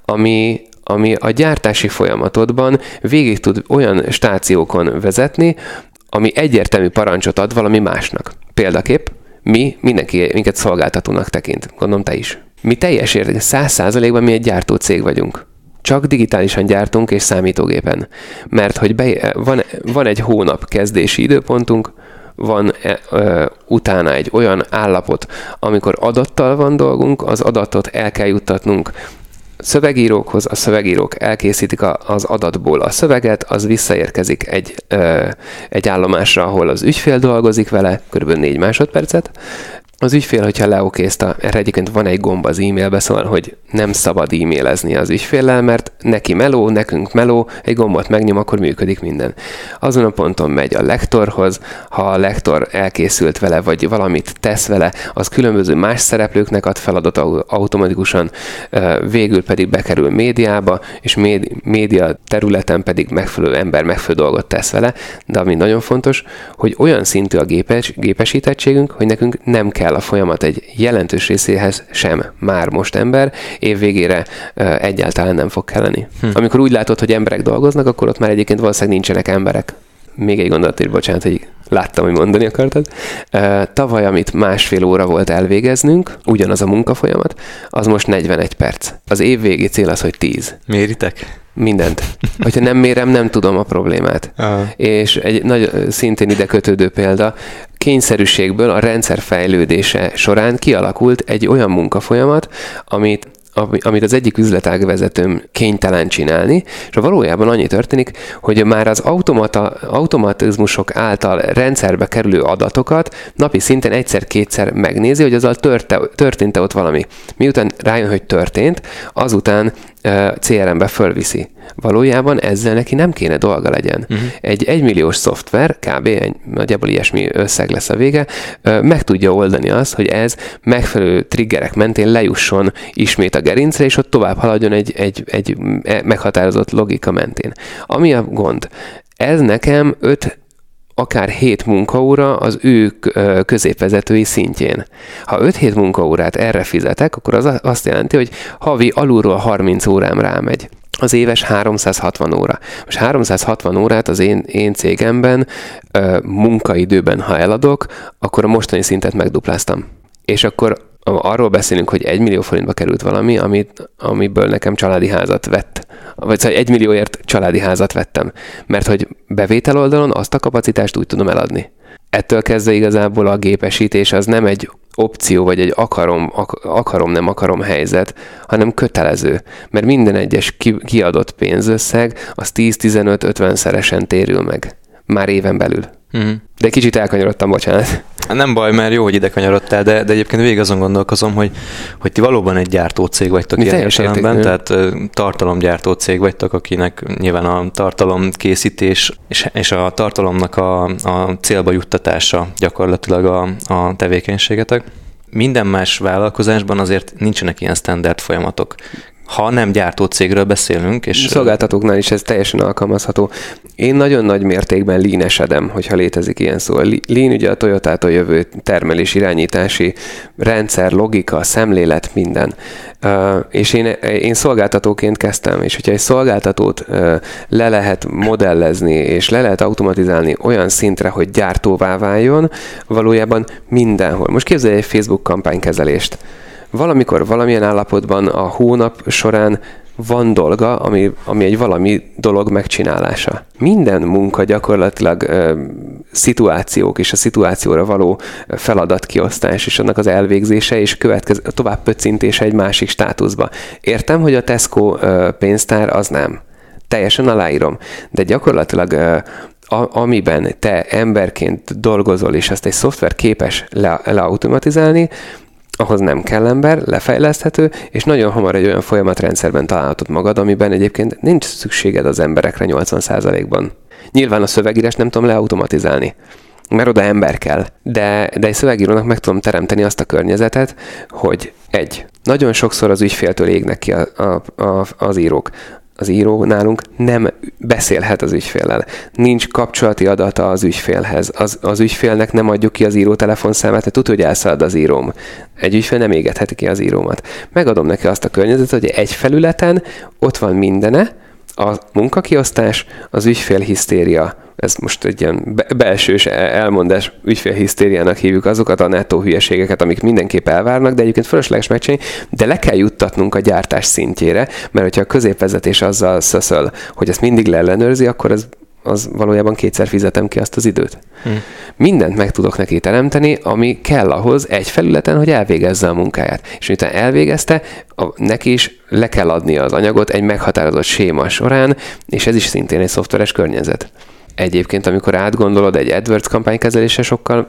ami ami a gyártási folyamatodban végig tud olyan stációkon vezetni, ami egyértelmű parancsot ad valami másnak. Példaképp, mi mindenki minket szolgáltatónak tekint. Gondolom te is. Mi teljes értékben, száz százalékban mi egy gyártó cég vagyunk. Csak digitálisan gyártunk és számítógépen. Mert hogy be, van, van egy hónap kezdési időpontunk, van e, e, utána egy olyan állapot, amikor adattal van dolgunk, az adatot el kell juttatnunk szövegírókhoz, a szövegírók elkészítik a, az adatból a szöveget, az visszaérkezik egy, ö, egy állomásra, ahol az ügyfél dolgozik vele, kb. négy másodpercet. Az ügyfél, hogyha leokézta, erre egyébként van egy gomb az e-mailbe, szóval, hogy nem szabad e-mailezni az ügyféllel, mert neki meló, nekünk meló, egy gombot megnyom, akkor működik minden. Azon a ponton megy a lektorhoz, ha a lektor elkészült vele, vagy valamit tesz vele, az különböző más szereplőknek ad feladat automatikusan, végül pedig bekerül médiába, és média területen pedig megfelelő ember megfelelő dolgot tesz vele, de ami nagyon fontos, hogy olyan szintű a gépes, gépesítettségünk, hogy nekünk nem kell a folyamat egy jelentős részéhez sem már most ember, év végére uh, egyáltalán nem fog kelleni. Hm. Amikor úgy látod, hogy emberek dolgoznak, akkor ott már egyébként valószínűleg nincsenek emberek. Még egy gondolat, bocsánat, hogy láttam, hogy mondani akartad. Uh, tavaly, amit másfél óra volt elvégeznünk, ugyanaz a munkafolyamat, az most negyvenegy perc. Az év végi cél az, hogy tíz. Méritek? Mindent. Hogyha nem mérem, nem tudom a problémát. Aha. És egy nagy, szintén ide kötődő példa, kényszerűségből a rendszer fejlődése során kialakult egy olyan munkafolyamat, amit amit az egyik üzletágvezetőm kénytelen csinálni, és valójában annyi történik, hogy már az automata, automatizmusok által rendszerbe kerülő adatokat napi szinten egyszer-kétszer megnézi, hogy azzal törte, történt-e ott valami. Miután rájön, hogy történt, azután uh, cé er em-be fölviszi. Valójában ezzel neki nem kéne dolga legyen. Uh-huh. Egy egymilliós szoftver, kb. Nagyjából ilyesmi összeg lesz a vége, meg tudja oldani azt, hogy ez megfelelő triggerek mentén lejusson ismét a gerincre, és ott tovább haladjon egy, egy, egy meghatározott logika mentén. Ami a gond, ez nekem öt akár hét munkaóra az ő középvezetői szintjén. Ha öt hét munkaórát erre fizetek, akkor az azt jelenti, hogy havi alulról harminc órám rámegy. Az éves háromszázhatvan óra. Most háromszázhatvan órát az én, én cégemben munkaidőben, ha eladok, akkor a mostani szintet megdupláztam. És akkor arról beszélünk, hogy egy millió forintba került valami, amit, amiből nekem családi házat vett. Vagy szóval egy millióért családi házat vettem. Mert hogy bevétel oldalon azt a kapacitást úgy tudom eladni. Ettől kezdve igazából a gépesítés az nem egy opció, vagy egy akarom, ak- akarom, nem akarom helyzet, hanem kötelező. Mert minden egyes ki- kiadott pénzösszeg az tíz-tizenöt-ötven szeresen térül meg. Már éven belül. Mm. De kicsit elkanyarodtam, bocsánat. Nem baj, mert jó, hogy ide kanyarodtál, de, de egyébként végig azon gondolkozom, hogy, hogy ti valóban egy gyártó cég vagytok mi ilyen értelemben, tehát tartalomgyártó cég vagytok, akinek nyilván a tartalomkészítés és, és a tartalomnak a, a célba juttatása gyakorlatilag a, a tevékenységetek. Minden más vállalkozásban azért nincsenek ilyen standard folyamatok. Ha nem gyártó cégről beszélünk, és... Szolgáltatóknál is ez teljesen alkalmazható. Én nagyon nagy mértékben lean-esedem, hogyha létezik ilyen szó. Lean ugye a Toyotától jövő termelés, irányítási rendszer, logika, szemlélet, minden. Uh, és én, én szolgáltatóként kezdtem, és hogyha egy szolgáltatót uh, le lehet modellezni, és le lehet automatizálni olyan szintre, hogy gyártóvá váljon, valójában mindenhol. Most képzelj egy Facebook kampánykezelést. Valamikor, valamilyen állapotban a hónap során van dolga, ami, ami egy valami dolog megcsinálása. Minden munka gyakorlatilag ö, szituációk és a szituációra való feladatkiosztás és annak az elvégzése és következő, tovább pöccintése egy másik státuszba. Értem, hogy a Tesco ö, pénztár az nem. Teljesen aláírom. De gyakorlatilag ö, A, amiben te emberként dolgozol, és ezt egy szoftver képes le, leautomatizálni, ahhoz nem kell ember, lefejleszthető, és nagyon hamar egy olyan folyamatrendszerben találhatod magad, amiben egyébként nincs szükséged az emberekre nyolcvan százalékban. Nyilván a szövegírást nem tudom leautomatizálni, mert oda ember kell. De, de egy szövegírónak meg tudom teremteni azt a környezetet, hogy egy, nagyon sokszor az ügyféltől égnek ki a, a, a, az írók. Az író nálunk nem beszélhet az ügyféllel. Nincs kapcsolati adata az ügyfélhez. Az, az ügyfélnek nem adjuk ki az író telefonszámát, mert tudja, hogy elszalad az íróm. Egy ügyfél nem égetheti ki az írómat. Megadom neki azt a környezetet, hogy egy felületen ott van mindene, a munkakiosztás, az ügyfélhisztéria. Ez most egy ilyen belsős elmondás, ügyfélhisztériának hívjuk azokat a nettó hülyeségeket, amik mindenképp elvárnak, de egyébként fölösleges megcsinálni, de le kell juttatnunk a gyártás szintjére, mert hogyha a középvezetés azzal szöszöl, hogy ezt mindig leellenőrzi, akkor ez az valójában kétszer fizetem ki azt az időt. Hmm. Mindent meg tudok neki teremteni, ami kell ahhoz egy felületen, hogy elvégezze a munkáját. És miután elvégezte, a, neki is le kell adni az anyagot egy meghatározott séma során, és ez is szintén egy szoftveres környezet. Egyébként, amikor átgondolod, egy AdWords kampánykezelése sokkal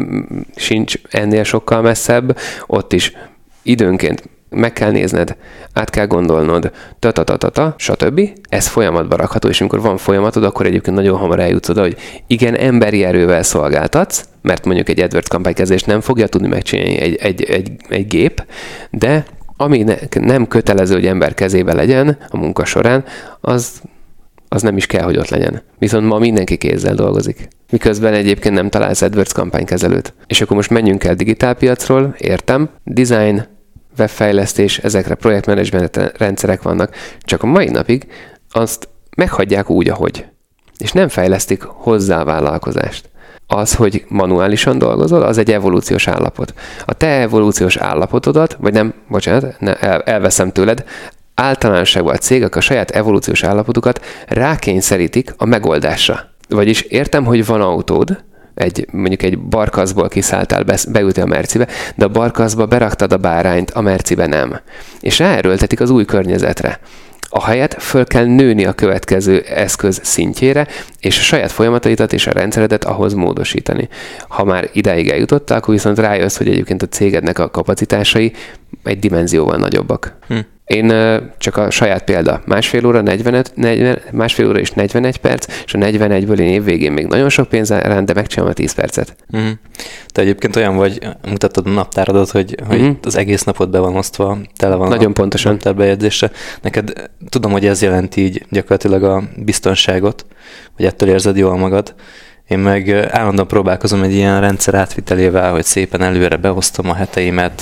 sincs ennél sokkal messzebb, ott is időnként meg kell nézned, át kell gondolnod, ta-ta-ta-ta-ta, stb. Ez folyamatban rakható, és amikor van folyamatod, akkor egyébként nagyon hamar eljutsz oda, hogy igen, emberi erővel szolgáltatsz, mert mondjuk egy AdWords kampánykezelést nem fogja tudni megcsinálni egy, egy, egy, egy gép, de ami ne, nem kötelező, hogy ember kezébe legyen a munka során, az az nem is kell, hogy ott legyen. Viszont ma mindenki kézzel dolgozik. Miközben egyébként nem találsz AdWords kampánykezelőt. És akkor most menjünk el digitálpiacról, értem, design, webfejlesztés, ezekre projektmenedzsment rendszerek vannak, csak a mai napig azt meghagyják úgy, ahogy. És nem fejlesztik hozzá a vállalkozást. Az, hogy manuálisan dolgozol, az egy evolúciós állapot. A te evolúciós állapotodat, vagy nem, bocsánat, ne, el, elveszem tőled, általánosságban a cégek a saját evolúciós állapotukat rákényszerítik a megoldásra. Vagyis értem, hogy van autód, egy, mondjuk egy barkaszból kiszálltál, be, beültél a Mercibe, de a barkaszba beraktad a bárányt, a Mercibe nem. És ráerőltetik az új környezetre. Ahelyett föl kell nőni a következő eszköz szintjére, és a saját folyamataidat és a rendszeredet ahhoz módosítani. Ha már idáig eljutottál, akkor viszont rájössz, hogy egyébként a cégednek a kapacitásai egy dimenzióval nagyobbak. Hm. Én csak a saját példa, másfél óra, negyvenöt, negyven, másfél óra és negyvenegy perc, és a negyvenegyből én évvégén még nagyon sok pénz rá, de megcsinálom a tíz percet. Mm. Te egyébként olyan vagy, mutattad a naptáradat, hogy, hogy mm. az egész napot be van osztva, tele van nagyon a pontosan naptárbejegyzése. Neked tudom, hogy ez jelenti így gyakorlatilag a biztonságot, hogy ettől érzed jól magad, Én meg állandóan próbálkozom egy ilyen rendszer átvitelével, hogy szépen előre beosztom a heteimet,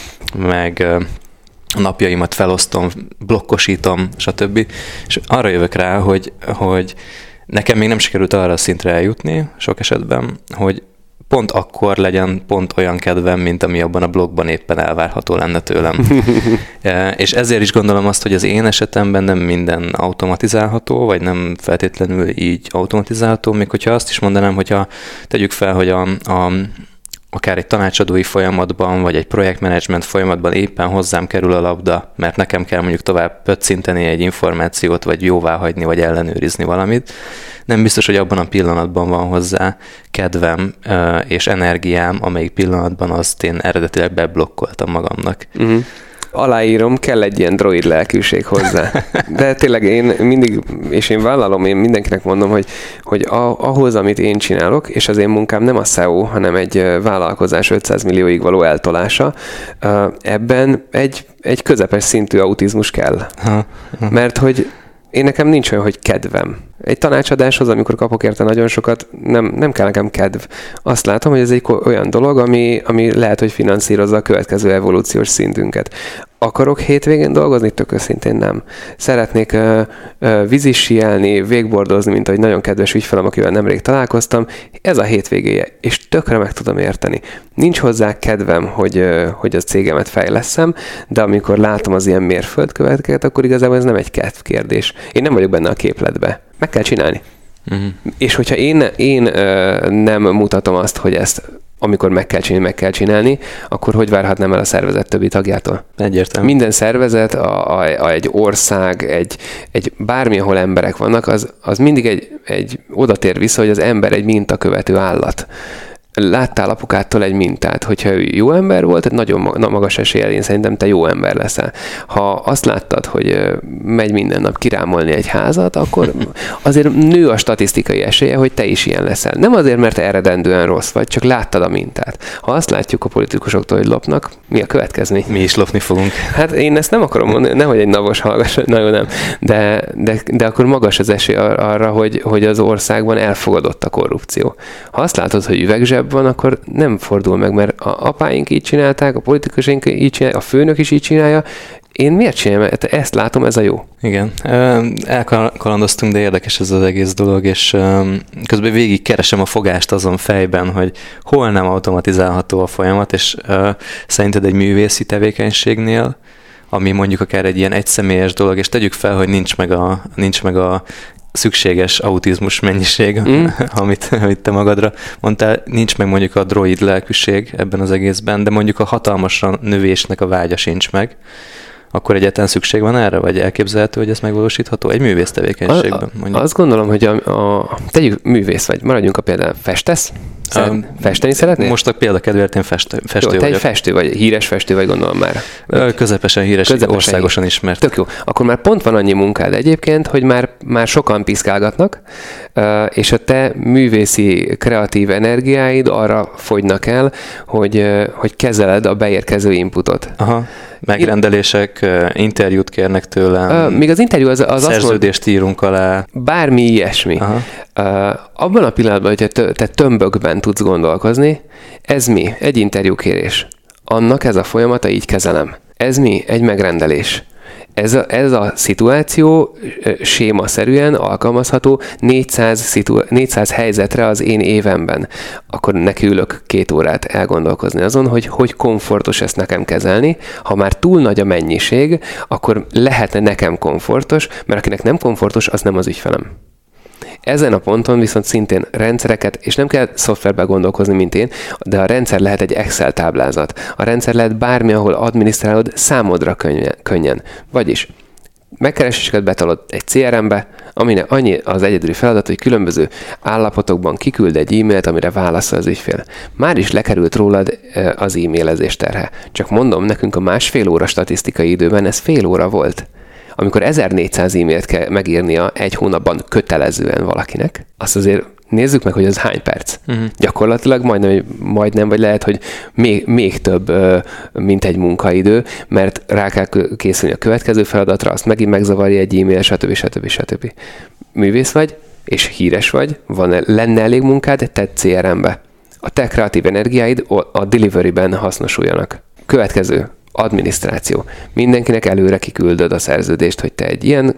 meg a napjaimat felosztom, blokkosítom, stb. És arra jövök rá, hogy, hogy nekem még nem sikerült arra a szintre eljutni sok esetben, hogy pont akkor legyen pont olyan kedvem, mint ami abban a blogban éppen elvárható lenne tőlem. És ezért is gondolom azt, hogy az én esetemben nem minden automatizálható, vagy nem feltétlenül így automatizálható, még hogyha azt is mondanám, hogyha tegyük fel, hogy a, a akár egy tanácsadói folyamatban, vagy egy projektmenedzsment folyamatban éppen hozzám kerül a labda, mert nekem kell mondjuk tovább pöccinteni egy információt, vagy jóváhagyni, vagy ellenőrizni valamit. Nem biztos, hogy abban a pillanatban van hozzá kedvem és energiám, amelyik pillanatban azt én eredetileg beblokkoltam magamnak. Uh-huh. Aláírom, kell egy ilyen droid lelkűség hozzá. De tényleg én mindig, és én vállalom, én mindenkinek mondom, hogy, hogy ahhoz, amit én csinálok, és az én munkám nem a es e o, hanem egy vállalkozás ötszáz millióig való eltolása, ebben egy, egy közepes szintű autizmus kell. Ha, ha. Mert hogy én nekem nincs olyan, hogy kedvem. Egy tanácsadáshoz, amikor kapok érte nagyon sokat, nem, nem kell nekem kedv. Azt látom, hogy ez egy olyan dolog, ami, ami lehet, hogy finanszírozza a következő evolúciós szintünket. Akarok hétvégén dolgozni? Tök őszintén nem. Szeretnék uh, uh, vízissíelni, végbordozni, mint ahogy nagyon kedves ügyfelem, akivel nemrég találkoztam. Ez a hétvégéje, és tökre meg tudom érteni. Nincs hozzá kedvem, hogy, uh, hogy a cégemet fejlesszem, de amikor látom az ilyen mérföldköveket, akkor igazából ez nem egy kedv kérdés. Én nem vagyok benne a képletbe. Meg kell csinálni. Uh-huh. És hogyha én, én uh, nem mutatom azt, hogy ezt amikor meg kell csinálni, meg kell csinálni, akkor hogy várhatnám el a szervezet többi tagjától? Egyértelmű. Minden szervezet, a, a, a, egy ország, egy, egy bármi, ahol emberek vannak, az, az mindig egy, egy oda tér vissza, hogy az ember egy mintakövető állat. Láttál apukától egy mintát, hogyha ő jó ember volt, nagyon magas eséllyel én szerintem te jó ember leszel. Ha azt láttad, hogy megy minden nap kirámolni egy házat, akkor azért nő a statisztikai esélye, hogy te is ilyen leszel. Nem azért, mert te eredendően rossz vagy, csak láttad a mintát. Ha azt látjuk a politikusoktól, hogy lopnak, mi a következmény? Mi is lopni fogunk. Hát én ezt nem akarom mondani, nehogy egy navos hallgass, nagyon nem. De, de, de akkor magas az esély arra, hogy, hogy az országban elfogadott a korrupció. Ha azt látod, hogy üvegzseb van, akkor nem fordul meg, mert a apáink így csinálták, a politikusink így csinálják, a főnök is így csinálja. Én miért csinálom? Ezt látom, ez a jó. Igen. Elkalandoztunk, de érdekes ez az egész dolog, és közben végig keresem a fogást azon fejben, hogy hol nem automatizálható a folyamat, és szerinted egy művészi tevékenységnél, ami mondjuk akár egy ilyen egyszemélyes dolog, és tegyük fel, hogy nincs meg a, nincs meg a szükséges autizmus mennyiség, mm. amit, amit te magadra mondtál, nincs meg mondjuk a droid lelkűség ebben az egészben, de mondjuk a hatalmasra növésnek a vágya sincs meg, akkor egyáltalán szükség van erre, vagy elképzelhető, hogy ez megvalósítható egy művész tevékenységben? Mondjuk. Azt gondolom, hogy a, a, tegyük művész vagy, maradjunk a példán, festesz? Szeret, um, festeni szeretnél? Most a példakedvéért én festő, festő jó, te vagyok. egy festő vagy, híres festő vagy, gondolom már. Közepesen híres, közepesen országosan híres. Ismert. Tök jó. Akkor már pont van annyi munkád egyébként, hogy már, már sokan piszkálgatnak, és a te művészi, kreatív energiáid arra fogynak el, hogy, hogy kezeled a beérkező inputot. Aha. Megrendelések, interjút kérnek tőlem. Uh, még az interjú az, az szerződést azt írunk alá. Bármi ilyesmi. Uh, abban a pillanatban, hogy te, te tömbökben tudsz gondolkozni, ez mi? Egy interjúkérés. Annak ez a folyamata, így kezelem. Ez mi? Egy megrendelés. Ez a, ez a szituáció sémaszerűen alkalmazható négyszáz, szitu, négyszáz helyzetre az én évemben. Akkor nekiülök két órát elgondolkozni azon, hogy hogy komfortos ezt nekem kezelni. Ha már túl nagy a mennyiség, akkor lehetne nekem komfortos, mert akinek nem komfortos, az nem az ügyfelem. Ezen a ponton viszont szintén rendszereket, és nem kell szoftverben gondolkozni, mint én, de a rendszer lehet egy Excel táblázat. A rendszer lehet bármi, ahol adminisztrálod számodra könnyen. könnyen. Vagyis megkereséseket betolod egy cé er em-be, aminek annyi az egyedüli feladat, hogy különböző állapotokban kiküld egy e-mailt, amire válaszol az ügyfél. Már is lekerült rólad az e-mailezés terhe. Csak mondom, nekünk a másfél óra statisztikai időben ez fél óra volt. Amikor ezernégyszáz e-mailt kell megírnia egy hónapban kötelezően valakinek, azt azért nézzük meg, hogy az hány perc. Uh-huh. Gyakorlatilag majdnem, majdnem, vagy lehet, hogy még, még több, mint egy munkaidő, mert rá kell készülni a következő feladatra, azt megint megzavarja egy e-mail, stb. stb. stb. Művész vagy, és híres vagy, van, lenne elég munkád, tedd cé er em-be. A te kreatív energiáid a delivery-ben hasznosuljanak. Következő. Adminisztráció. Mindenkinek előre kiküldöd a szerződést, hogy te egy ilyen,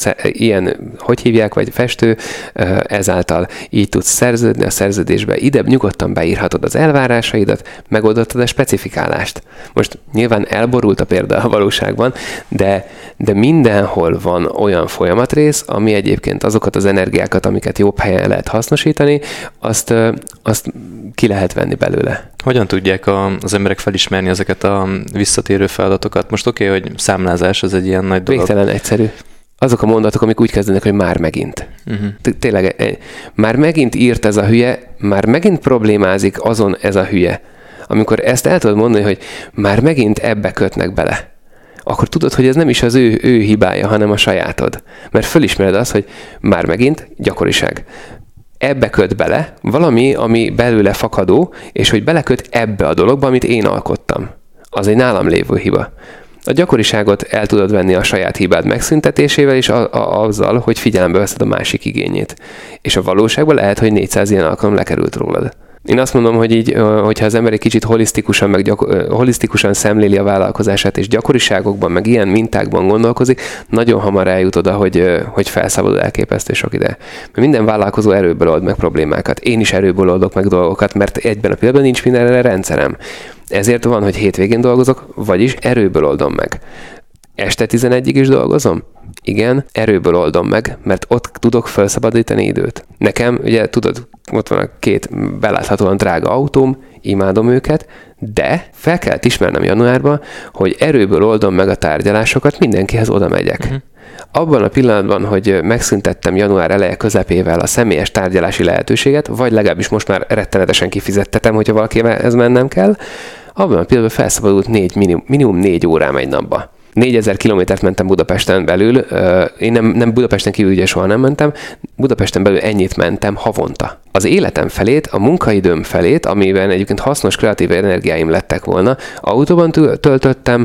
ilyen, hogy hívják, vagy festő, ezáltal így tudsz szerződni a szerződésbe. Ide nyugodtan beírhatod az elvárásaidat, megoldottad a specifikálást. Most nyilván elborult a példa a valóságban, de, de mindenhol van olyan folyamatrész, ami egyébként azokat az energiákat, amiket jobb helyen lehet hasznosítani, azt, azt ki lehet venni belőle. Hogyan tudják a, az emberek felismerni ezeket a visszatérő feladatokat? Most oké, okay, hogy számlázás, az egy ilyen nagy dolog. Végtelen egyszerű. Azok a mondatok, amik úgy kezdenek, hogy már megint. Uh-huh. Tényleg, már megint írt ez a hülye, már megint problémázik azon ez a hülye. Amikor ezt el tudod mondani, hogy már megint ebbe kötnek bele, akkor tudod, hogy ez nem is az ő, ő hibája, hanem a sajátod. Mert fölismered azt, hogy már megint gyakoriság. Ebbe köt bele valami, ami belőle fakadó, és hogy beleköt ebbe a dologba, amit én alkottam. Az egy nálam lévő hiba. A gyakoriságot el tudod venni a saját hibád megszüntetésével, és a, a, azzal, hogy figyelembe veszed a másik igényét. És a valóságban lehet, hogy négyszáz ilyen alkalom lekerült rólad. Én azt mondom, hogy így, hogyha az ember egy kicsit holisztikusan, meg gyakor- holisztikusan szemléli a vállalkozását, és gyakoriságokban, meg ilyen mintákban gondolkozik, nagyon hamar eljut oda, hogy, hogy felszabadul elképesztő sok ide. Mert minden vállalkozó erőből old meg problémákat. Én is erőből oldok meg dolgokat, mert egyben a pillanatban nincs mindenre rendszerem. Ezért van, hogy hétvégén dolgozok, vagyis erőből oldom meg. Este tizenegyig is dolgozom? Igen, erőből oldom meg, mert ott tudok felszabadítani időt. Nekem, ugye tudod, ott van a két beláthatóan drága autóm, imádom őket, de fel kellett ismernem januárban, hogy erőből oldom meg a tárgyalásokat, mindenkihez oda megyek. Uh-huh. Abban a pillanatban, hogy megszüntettem január eleje közepével a személyes tárgyalási lehetőséget, vagy legalábbis most már rettenetesen kifizettetem, hogyha valakivel ez mennem kell, abban a pillanatban felszabadult négy, minimum, minimum négy órám egy napba. négyezer kilométert mentem Budapesten belül, én nem, nem Budapesten kívül ugye soha nem mentem, Budapesten belül ennyit mentem havonta. Az életem felét, a munkaidőm felét, amiben egyébként hasznos kreatív energiáim lettek volna, autóban töltöttem,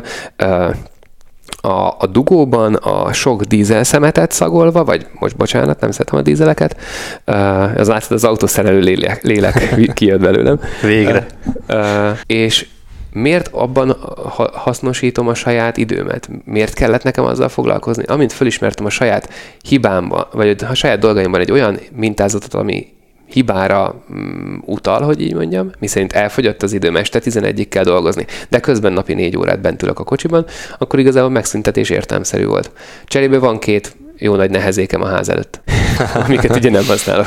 a, a dugóban a sok dízel szemetet szagolva, vagy most bocsánat, nem szeretem a dízeleket, az látszat az autószerelő lélek, lélek kijött belőlem. Végre. És miért abban hasznosítom a saját időmet? Miért kellett nekem azzal foglalkozni? Amint fölismertem a saját hibámban, vagy a saját dolgaimban egy olyan mintázatot, ami hibára um, utal, hogy így mondjam, miszerint elfogyott az időm, este tizenegyig kell dolgozni, de közben napi négy órát bent ülök a kocsiban, akkor igazából megszüntetés értelmszerű volt. Cserébe van két jó nagy nehezékem a ház előtt, amiket ugye nem használok.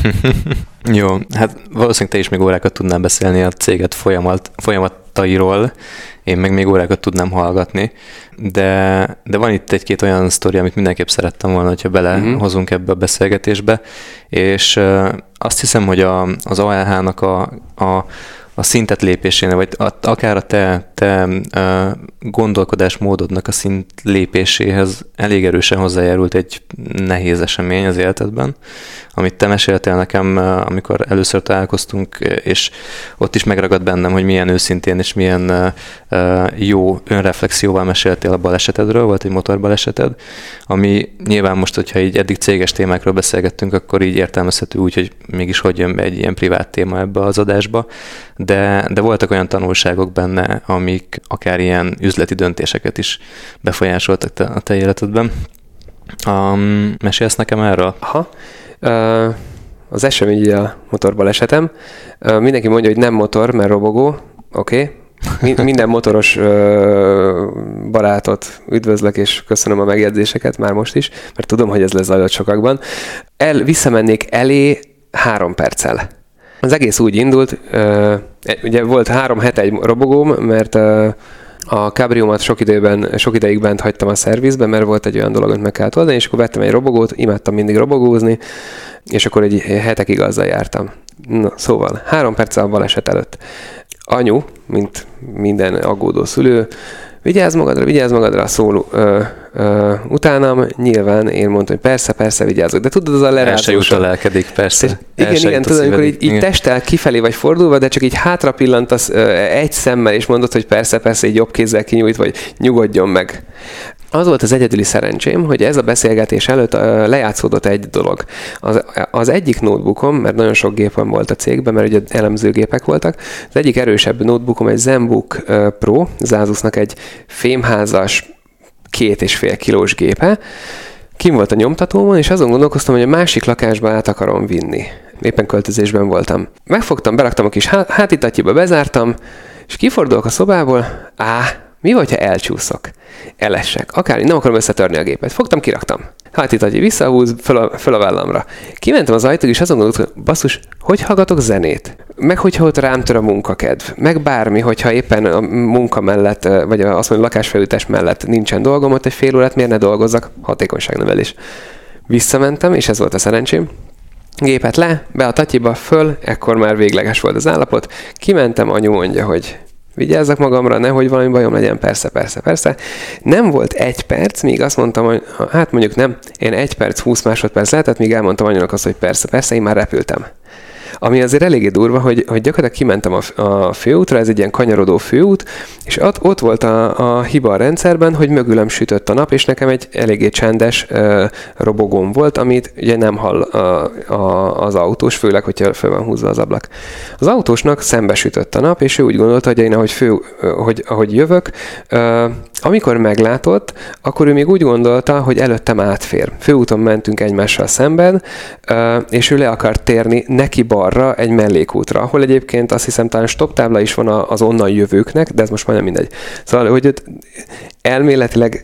Jó, hát valószínűleg te is még órákat tudnál beszélni a céget folyamat, folyamatairól, én meg még órákat tudnám hallgatni, de, de van itt egy-két olyan sztori, amit mindenképp szerettem volna, hogyha belehozunk ebbe a beszélgetésbe, és uh, azt hiszem, hogy a, az á el há-nak a, a a szintet lépésénél, vagy a, akár a te, te uh, gondolkodásmódodnak a szint lépéséhez elég erősen hozzájárult egy nehéz esemény az életedben, amit te meséltél nekem, uh, amikor először találkoztunk, és ott is megragad bennem, hogy milyen őszintén és milyen uh, uh, jó önreflexióval meséltél a balesetedről, volt egy motorbaleseted, ami nyilván most, hogyha így eddig céges témákról beszélgettünk, akkor így értelmezhető úgy, hogy mégis hogy jön be egy ilyen privát téma ebbe az adásba, De, de voltak olyan tanulságok benne, amik akár ilyen üzleti döntéseket is befolyásoltak te, a te életedben. Um, mesélsz nekem erről? Aha. Uh, az esemény a motorbalesetem. Uh, mindenki mondja, hogy nem motor, mert robogó. Oké. Okay. Minden motoros uh, barátot üdvözlök, és köszönöm a megjegyzéseket már most is, mert tudom, hogy ez lezajlott sokakban. El, visszamennék elé három perccel. Az egész úgy indult, uh, ugye volt három hete egy robogóm, mert uh, a Cabriomat sok időben, sok ideig bent hagytam a szervizben, mert volt egy olyan dolog, amit meg kellett oldani, és akkor vettem egy robogót, imádtam mindig robogózni, és akkor egy hetekig azzal jártam. Na, szóval, három perccel a baleset előtt. Anyu, mint minden aggódó szülő, vigyázz magadra, vigyázz magadra, szól ö, ö, utánam, nyilván én mondtam, hogy persze, persze vigyázzok, de tudod, az a lerázós. El se jut a lelkedik, persze. Igen, igen, tudod, amikor így, így testtel kifelé vagy fordulva, de csak így hátra pillantasz ö, egy szemmel, és mondod, hogy persze, persze, így jobb kézzel kinyújt, vagy nyugodjon meg. Az volt az egyedüli szerencsém, hogy ez a beszélgetés előtt lejátszódott egy dolog. Az, az egyik notebookom, mert nagyon sok gépem volt a cégben, mert ugye elemzőgépek voltak, az egyik erősebb notebookom egy ZenBook Pro, az Asusnak egy fémházas, két és fél kilós gépe. Kim volt a nyomtatómon, és azon gondolkoztam, hogy a másik lakásba át akarom vinni. Éppen költözésben voltam. Megfogtam, beraktam a kis hátitatyiba, bezártam, és kifordulok a szobából, á, mi vagy, ha elcsúszok? Elessek. Akár nem akarom összetörni a gépet. Fogtam, kiraktam. Hátitatyi visszahúz, föl a, föl a vállamra. Kimentem az ajtóig, és azon gondoltam, hogy basszus, hogy hallgatok zenét? Meg hogyha ott rám tör a munkakedv. Meg bármi, hogyha éppen a munka mellett, vagy azt mondom, lakásfelújítás mellett nincsen dolgom, ott egy fél órát miért ne dolgozzak? Hatékonyságnövelés. Visszamentem, és ez volt a szerencsém. Gépet le, be a tatyiba, föl, ekkor már végleges volt az állapot. Kimentem, anyu mondja, hogy vigyázzak magamra, nehogy valami bajom legyen, persze, persze, persze. Nem volt egy perc, míg azt mondtam, hogy hát mondjuk nem, én egy perc, húsz másodperc lehetett, míg elmondtam anyunak azt, hogy persze, persze, én már repültem. Ami azért eléggé durva, hogy, hogy gyakorlatilag kimentem a, a főútra, ez egy ilyen kanyarodó főút, és ott, ott volt a, a hiba a rendszerben, hogy mögülem sütött a nap, és nekem egy eléggé csendes uh, robogóm volt, amit ugye nem hall a, a, az autós, főleg, hogyha fel van húzva az ablak. Az autósnak szembe sütött a nap, és ő úgy gondolta, hogy én ahogy, fő, hogy, ahogy jövök, uh, amikor meglátott, akkor ő még úgy gondolta, hogy előttem átfér. Főúton mentünk egymással szemben, uh, és ő le akart térni neki balra egy mellékútra, ahol egyébként azt hiszem talán stop tábla is van az onnan jövőknek, de ez most majdnem mindegy. Szóval, hogy elméletileg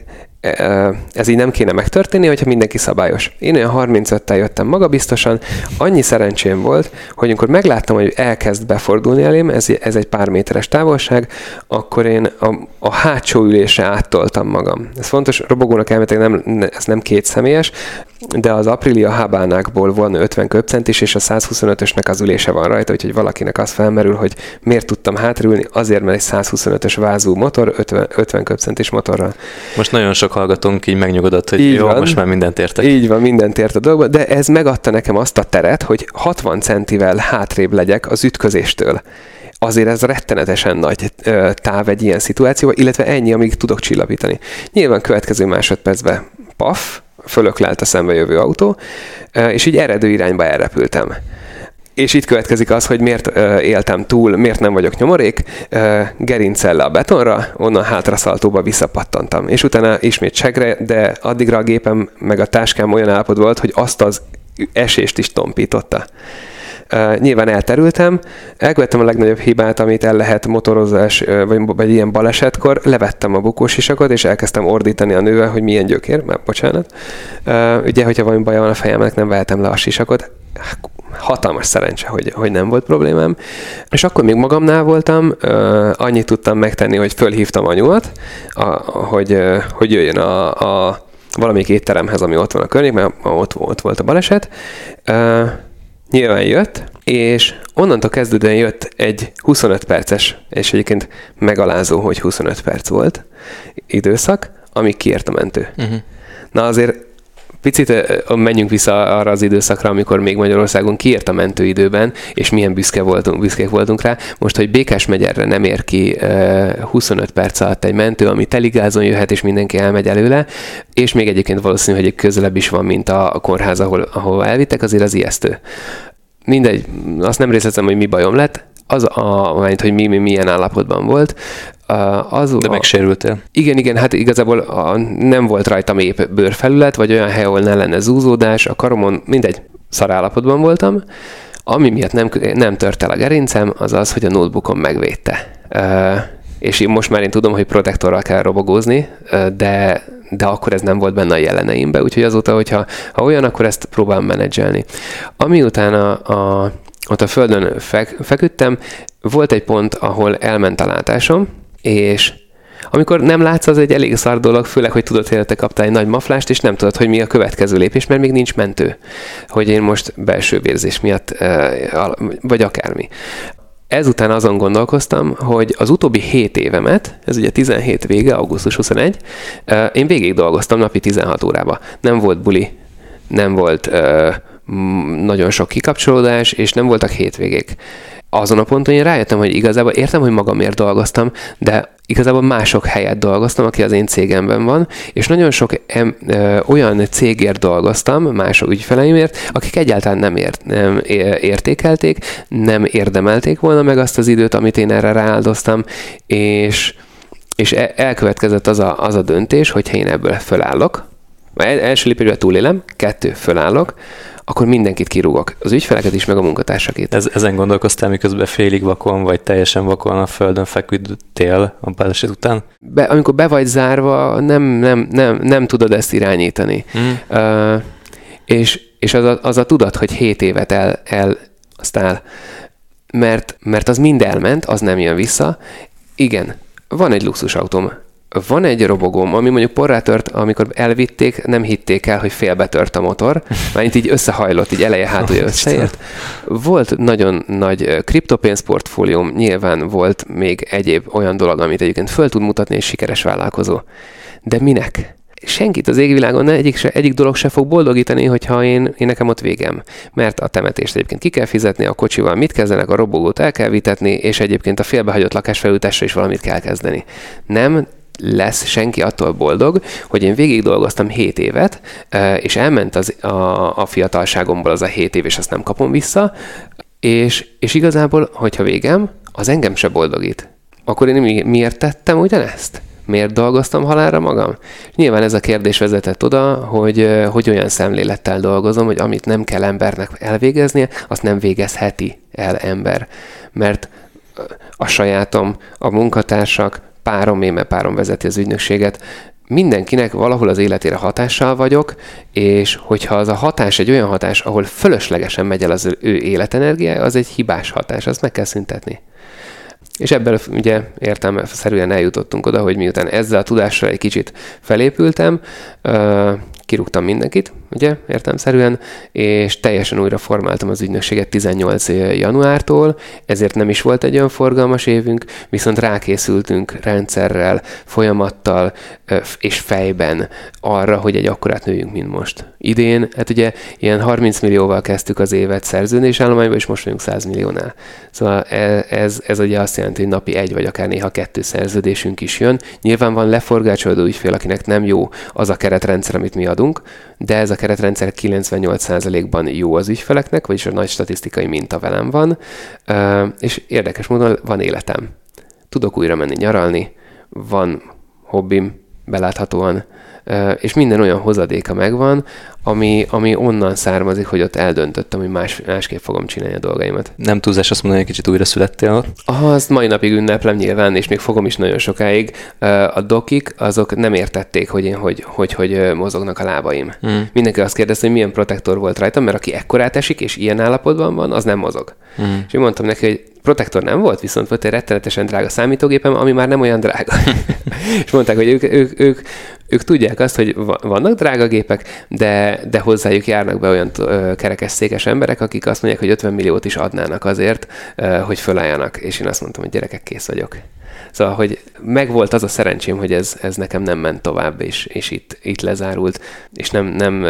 ez így nem kéne megtörténni, hogyha mindenki szabályos. Én olyan harmincöttel jöttem magabiztosan, annyi szerencsém volt, hogy amikor megláttam, hogy elkezd befordulni elém, ez, ez egy pár méteres távolság, akkor én a, a hátsó ülésre áttoltam magam. Ez fontos, robogónak elméletileg nem, ez nem két személyes, de az Aprilia Habanákból van ötven köbcentis, és a százhuszonötösnek az ülése van rajta, úgyhogy valakinek az felmerül, hogy miért tudtam hátrülni, azért, mert egy százhuszonötös vázú motor, ötven, ötven köbcentis motorral. Most nagyon sok hallgatónk így megnyugodott, hogy így jó, van, most már mindent értek. Így van, mindent ért a dolgba, de ez megadta nekem azt a teret, hogy hatvan centivel hátrébb legyek az ütközéstől. Azért ez rettenetesen nagy ö, táv egy ilyen szituációban, illetve ennyi, amíg tudok csillapítani. Nyilván következő másodpercben paf, fölöklelt a szembe jövő autó, és így eredő irányba elrepültem. És itt következik az, hogy miért éltem túl, miért nem vagyok nyomorék, gerincel le a betonra, onnan hátraszaltóba visszapattantam. És utána ismét segre, de addigra a gépem meg a táskám olyan állapot volt, hogy azt az esést is tompította. Uh, nyilván elterültem, elkövettem a legnagyobb hibát, amit el lehet motorozás, vagy, vagy ilyen balesetkor, levettem a bukósisakot, és elkezdtem ordítani a nővel, hogy milyen gyökér, már bocsánat. Uh, ugye, hogyha valami baj van a fejemnek, nem vehetem le a sisakot. Hatalmas szerencse, hogy, hogy nem volt problémám. És akkor még magamnál voltam, uh, annyit tudtam megtenni, hogy fölhívtam anyumat, a, hogy, uh, hogy jöjjön a, a valamelyik étteremhez, ami ott van a környék, mert ott, ott volt a baleset. Uh, Nyilván jött, és onnantól kezdődően jött egy huszonöt perces, és egyébként megalázó, hogy huszonöt perc volt időszak, amíg kiért a mentő. Uh-huh. Na azért picit menjünk vissza arra az időszakra, amikor még Magyarországon kiért a mentő időben, és milyen büszke voltunk, büszkék voltunk rá. Most, hogy Békásmegyerre nem ér ki huszonöt perc alatt egy mentő, ami teligázon jöhet, és mindenki elmegy előle, és még egyébként valószínű, hogy közelebb is van, mint a kórház, ahol, ahol elvittek, azért az ijesztő. Mindegy, azt nem részletem, hogy mi bajom lett, az a, hogy mi, mi milyen állapotban volt. Az De megsérültél. Igen, igen, hát igazából a, nem volt rajtam épp bőrfelület, vagy olyan hely, ahol ne lenne zúzódás, a karomon, mindegy, szarállapotban voltam. Ami miatt nem, nem tört el a gerincem, az az, hogy a notebookom megvédte. Uh, és én most már én tudom, hogy protektorral kell robogózni, uh, de, de akkor ez nem volt benne a jeleneimben, úgyhogy azóta, hogyha ha olyan, akkor ezt próbálom menedzselni. Ami utána a, ott a földön fek, feküdtem, volt egy pont, ahol elment a látásom, és amikor nem látsz, az egy elég szar dolog, főleg, hogy tudod, hogy te kaptál egy nagy maflást, és nem tudod, hogy mi a következő lépés, mert még nincs mentő. Hogy én most belső vérzés miatt, vagy akármi. Ezután azon gondolkoztam, hogy az utóbbi hét évemet, ez ugye tizenhét vége, augusztus huszonegy, én végig dolgoztam napi tizenhat órába. Nem volt buli, nem volt nagyon sok kikapcsolódás, és nem voltak hétvégék. azon a ponton én rájöttem, hogy igazából értem, hogy magamért dolgoztam, de igazából mások helyett dolgoztam, aki az én cégemben van, és nagyon sok em, ö, olyan cégért dolgoztam, mások ügyfeleimért, akik egyáltalán nem, ért, nem értékelték, nem érdemelték volna meg azt az időt, amit én erre rááldoztam, és, és elkövetkezett az a, az a döntés, hogyha én ebből fölállok, első lépésben túlélem, kettő, fölállok, akkor mindenkit kirúgok. Az ügyfeleket is, meg a munkatársakét. Ez, ezen gondolkoztál, miközben félig vakon, vagy teljesen vakon a földön feküdtél a baleset után? Be, amikor be vagy zárva, nem, nem, nem, nem tudod ezt irányítani. Mm. Uh, és és az, a, az a tudat, hogy hét évet el, el aztán, mert, mert az mind elment, az nem jön vissza. Igen, van egy luxusautóm, van egy robogóm, ami mondjuk porrá tört, amikor elvitték, nem hitték el, hogy félbetört a motor, mert így összehajlott, így eleje hátulja összeért. Volt nagyon nagy kriptopénzportfólióm, nyilván volt még egyéb olyan dolog, amit egyébként föl tud mutatni egy sikeres vállalkozó. De minek? Senkit az égvilágon egyik, se, egyik dolog se fog boldogítani, hogyha én, én nekem ott végem. Mert a temetést egyébként ki kell fizetni, a kocsival mit kezdenek, a robogót el kell vitetni, és egyébként a félbehagyott lakásfelújításra is valamit kell kezdeni. Nem lesz senki attól boldog, hogy én végig dolgoztam hét évet, és elment az, a, a fiatalságomból az a hét év, és azt nem kapom vissza, és, és igazából, hogyha végem, az engem se boldogít. Akkor én mi, miért tettem ugyanezt? Miért dolgoztam halálra magam? Nyilván ez a kérdés vezetett oda, hogy, hogy olyan szemlélettel dolgozom, hogy amit nem kell embernek elvégeznie, azt nem végezheti el ember. Mert a sajátom, a munkatársak, párom, én, mert párom vezeti az ügynökséget, mindenkinek valahol az életére hatással vagyok, és hogyha az a hatás egy olyan hatás, ahol fölöslegesen megy el az ő életenergiája, az egy hibás hatás, azt meg kell szüntetni. És ebből ugye értelmeszerűen eljutottunk oda, hogy miután ezzel a tudással egy kicsit felépültem, kirúgtam mindenkit, ugye, értelemszerűen, és teljesen újra formáltam az ügynökséget tizennyolc januártól, ezért nem is volt egy olyan forgalmas évünk, viszont rákészültünk rendszerrel, folyamattal és fejben arra, hogy egy akkorát nőjünk, mint most. Idén, hát ugye ilyen harminc millióval kezdtük az évet szerződésállományban, és most vagyunk száz milliónál. Szóval ez, ez ugye azt jelenti, hogy napi egy vagy akár néha kettő szerződésünk is jön. Nyilván van leforgácsolódó ügyfél, akinek nem jó az a keretrendszer, amit mi adunk, de ez a keretrendszer kilencvennyolc százalékban jó az ügyfeleknek, vagyis a nagy statisztikai minta velem van, és érdekes módon van életem. Tudok újra menni nyaralni, van hobbim, beláthatóan, és minden olyan hozadéka megvan, ami, ami onnan származik, hogy ott eldöntöttem, hogy más, másképp fogom csinálni a dolgaimat. Nem túlzás azt mondani, hogy kicsit újra születtél? Aha, azt mai napig ünneplem nyilván, és még fogom is nagyon sokáig. A dokik, azok nem értették, hogy én hogy, hogy, hogy mozognak a lábaim. Hmm. Mindenki azt kérdezte, hogy milyen protektor volt rajtam, mert aki ekkorát esik, és ilyen állapotban van, az nem mozog. Hmm. És én mondtam neki, hogy protektor nem volt, viszont volt egy rettenetesen drága számítógépem, ami már nem olyan drága. És mondták, hogy ők, ők, ők, ők tudják azt, hogy vannak drága gépek, de, de hozzájuk járnak be olyan kerekesszékes emberek, akik azt mondják, hogy ötven milliót is adnának azért, hogy fölálljanak. És én azt mondtam, hogy gyerekek, kész vagyok. Szóval, hogy megvolt az a szerencsém, hogy ez, ez nekem nem ment tovább, és, és itt, itt lezárult. És nem, nem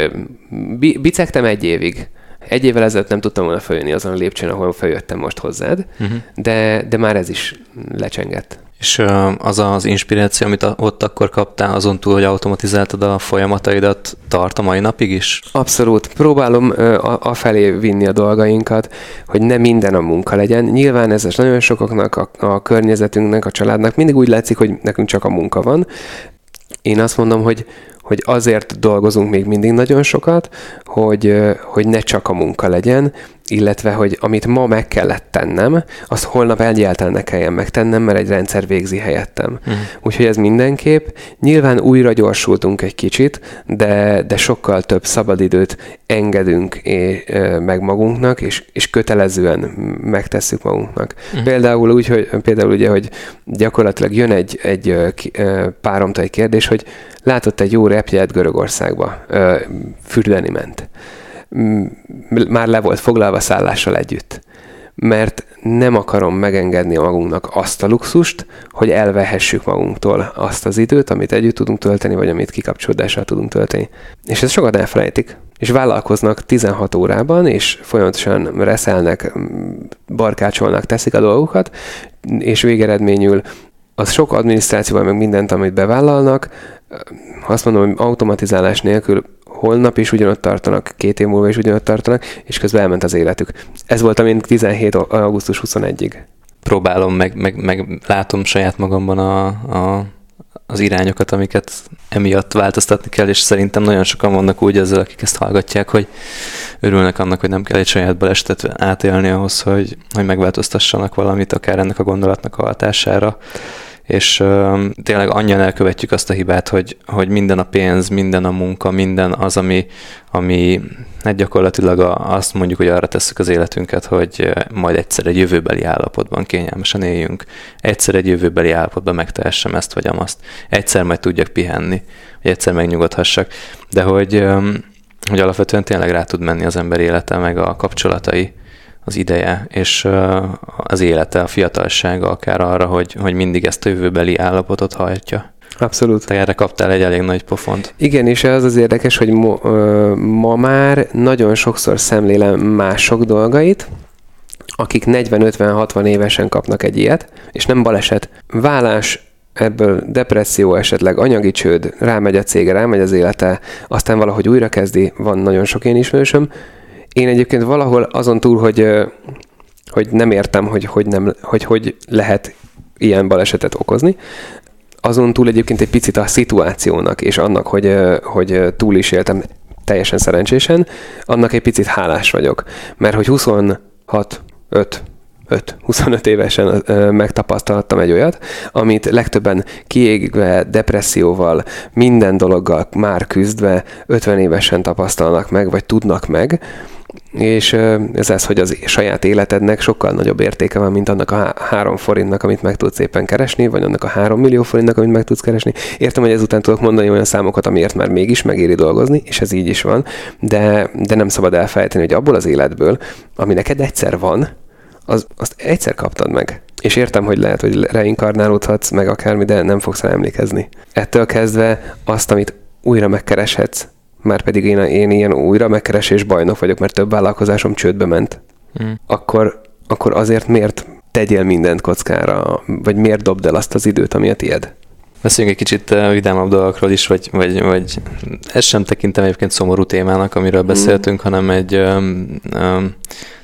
bicegtem egy évig. Egy évvel ezelőtt nem tudtam volna följönni azon a lépcsőn, ahol feljöttem most hozzád, uh-huh. de, de már ez is lecsengett. És az az inspiráció, amit ott akkor kaptál, azon túl, hogy automatizáltad a folyamataidat, tart a mai napig is? Abszolút. Próbálom afelé vinni a dolgainkat, hogy ne minden a munka legyen. Nyilván ez nagyon sokaknak, a, a környezetünknek, a családnak mindig úgy látszik, hogy nekünk csak a munka van. Én azt mondom, hogy hogy azért dolgozunk még mindig nagyon sokat, hogy, hogy ne csak a munka legyen, illetve, hogy amit ma meg kellett tennem, azt holnap egyáltalán ne kelljen megtennem, mert egy rendszer végzi helyettem. Uh-huh. Úgyhogy ez mindenképp. Nyilván újra gyorsultunk egy kicsit, de, de sokkal több szabadidőt engedünk é, meg magunknak, és, és kötelezően megtesszük magunknak. Uh-huh. Például úgy, hogy, például ugye, hogy gyakorlatilag jön egy, egy páromtól egy kérdés, hogy látott egy jó repjegyet Görögországba, fürdeni ment. Már le volt foglalva szállással együtt. mert nem akarom megengedni magunknak azt a luxust, hogy elvehessük magunktól azt az időt, amit együtt tudunk tölteni, vagy amit kikapcsolódással tudunk tölteni. És ezt sokat elfelejtik. És vállalkoznak tizenhat órában, és folyamatosan reszelnek, barkácsolnak, teszik a dolgokat, és végeredményül az sok adminisztrációval, meg mindent, amit bevállalnak, azt mondom, hogy automatizálás nélkül holnap is ugyanott tartanak, két év múlva is ugyanott tartanak, és közben elment az életük. Ez volt, amint tizenhét augusztus huszonegyedikéig. Próbálom, meg, meg, meg látom saját magamban a, a, az irányokat, amiket emiatt változtatni kell, és szerintem nagyon sokan vannak úgy ezzel, akik ezt hallgatják, hogy örülnek annak, hogy nem kell egy saját balesetet átélni ahhoz, hogy, hogy megváltoztassanak valamit, akár ennek a gondolatnak a hatására. És uh, tényleg annyian elkövetjük azt a hibát, hogy, hogy minden a pénz, minden a munka, minden az, ami, ami hát gyakorlatilag a, azt mondjuk, hogy arra tesszük az életünket, hogy majd egyszer egy jövőbeli állapotban kényelmesen éljünk, egyszer egy jövőbeli állapotban megtehessem ezt vagy amazt, egyszer majd tudjak pihenni, vagy egyszer megnyugodhassak, de hogy, um, hogy alapvetően tényleg rá tud menni az ember élete, meg a kapcsolatai, az ideje, és az élete, a fiatalsága akár arra, hogy, hogy mindig ezt a jövőbeli állapotot hajtja. Abszolút. Te erre kaptál egy elég nagy pofont. Igen, és az az érdekes, hogy mo, ma már nagyon sokszor szemlélem mások dolgait, akik negyven ötven hatvan évesen kapnak egy ilyet, és nem baleset. Válás, ebből depresszió, esetleg anyagi csőd, rámegy a cége, rámegy az élete, aztán valahogy újra kezdi, van nagyon sok én ismerősöm. Én egyébként valahol azon túl, hogy, hogy nem értem, hogy hogy, nem, hogy hogy lehet ilyen balesetet okozni, azon túl egyébként egy picit a szituációnak, és annak, hogy, hogy túl is éltem teljesen szerencsésen, annak egy picit hálás vagyok. Mert hogy huszonhat, öt, öt, huszonöt évesen megtapasztaltam egy olyat, amit legtöbben kiégve, depresszióval, minden dologgal már küzdve ötven évesen tapasztalnak meg, vagy tudnak meg, és ez az, hogy az saját életednek sokkal nagyobb értéke van, mint annak a három forintnak, amit meg tudsz éppen keresni, vagy annak a három millió forintnak, amit meg tudsz keresni. Értem, hogy ezután tudok mondani olyan számokat, amiért már mégis megéri dolgozni, és ez így is van, de, de nem szabad elfelejteni, hogy abból az életből, ami neked egyszer van, az, azt egyszer kaptad meg. És értem, hogy lehet, hogy reinkarnálódhatsz, meg akármi, de nem fogsz rá emlékezni. Ettől kezdve azt, amit újra megkereshetsz, már pedig én, én ilyen újra megkeresés bajnok vagyok, mert több vállalkozásom csődbe ment, mm. akkor, akkor azért miért tegyél mindent kockára, vagy miért dobd el azt az időt, ami a tiéd? Beszéljünk egy kicsit vidámabb dolgokról is, vagy, vagy, vagy ezt sem tekintem egyébként szomorú témának, amiről beszéltünk, mm. hanem egy um, um,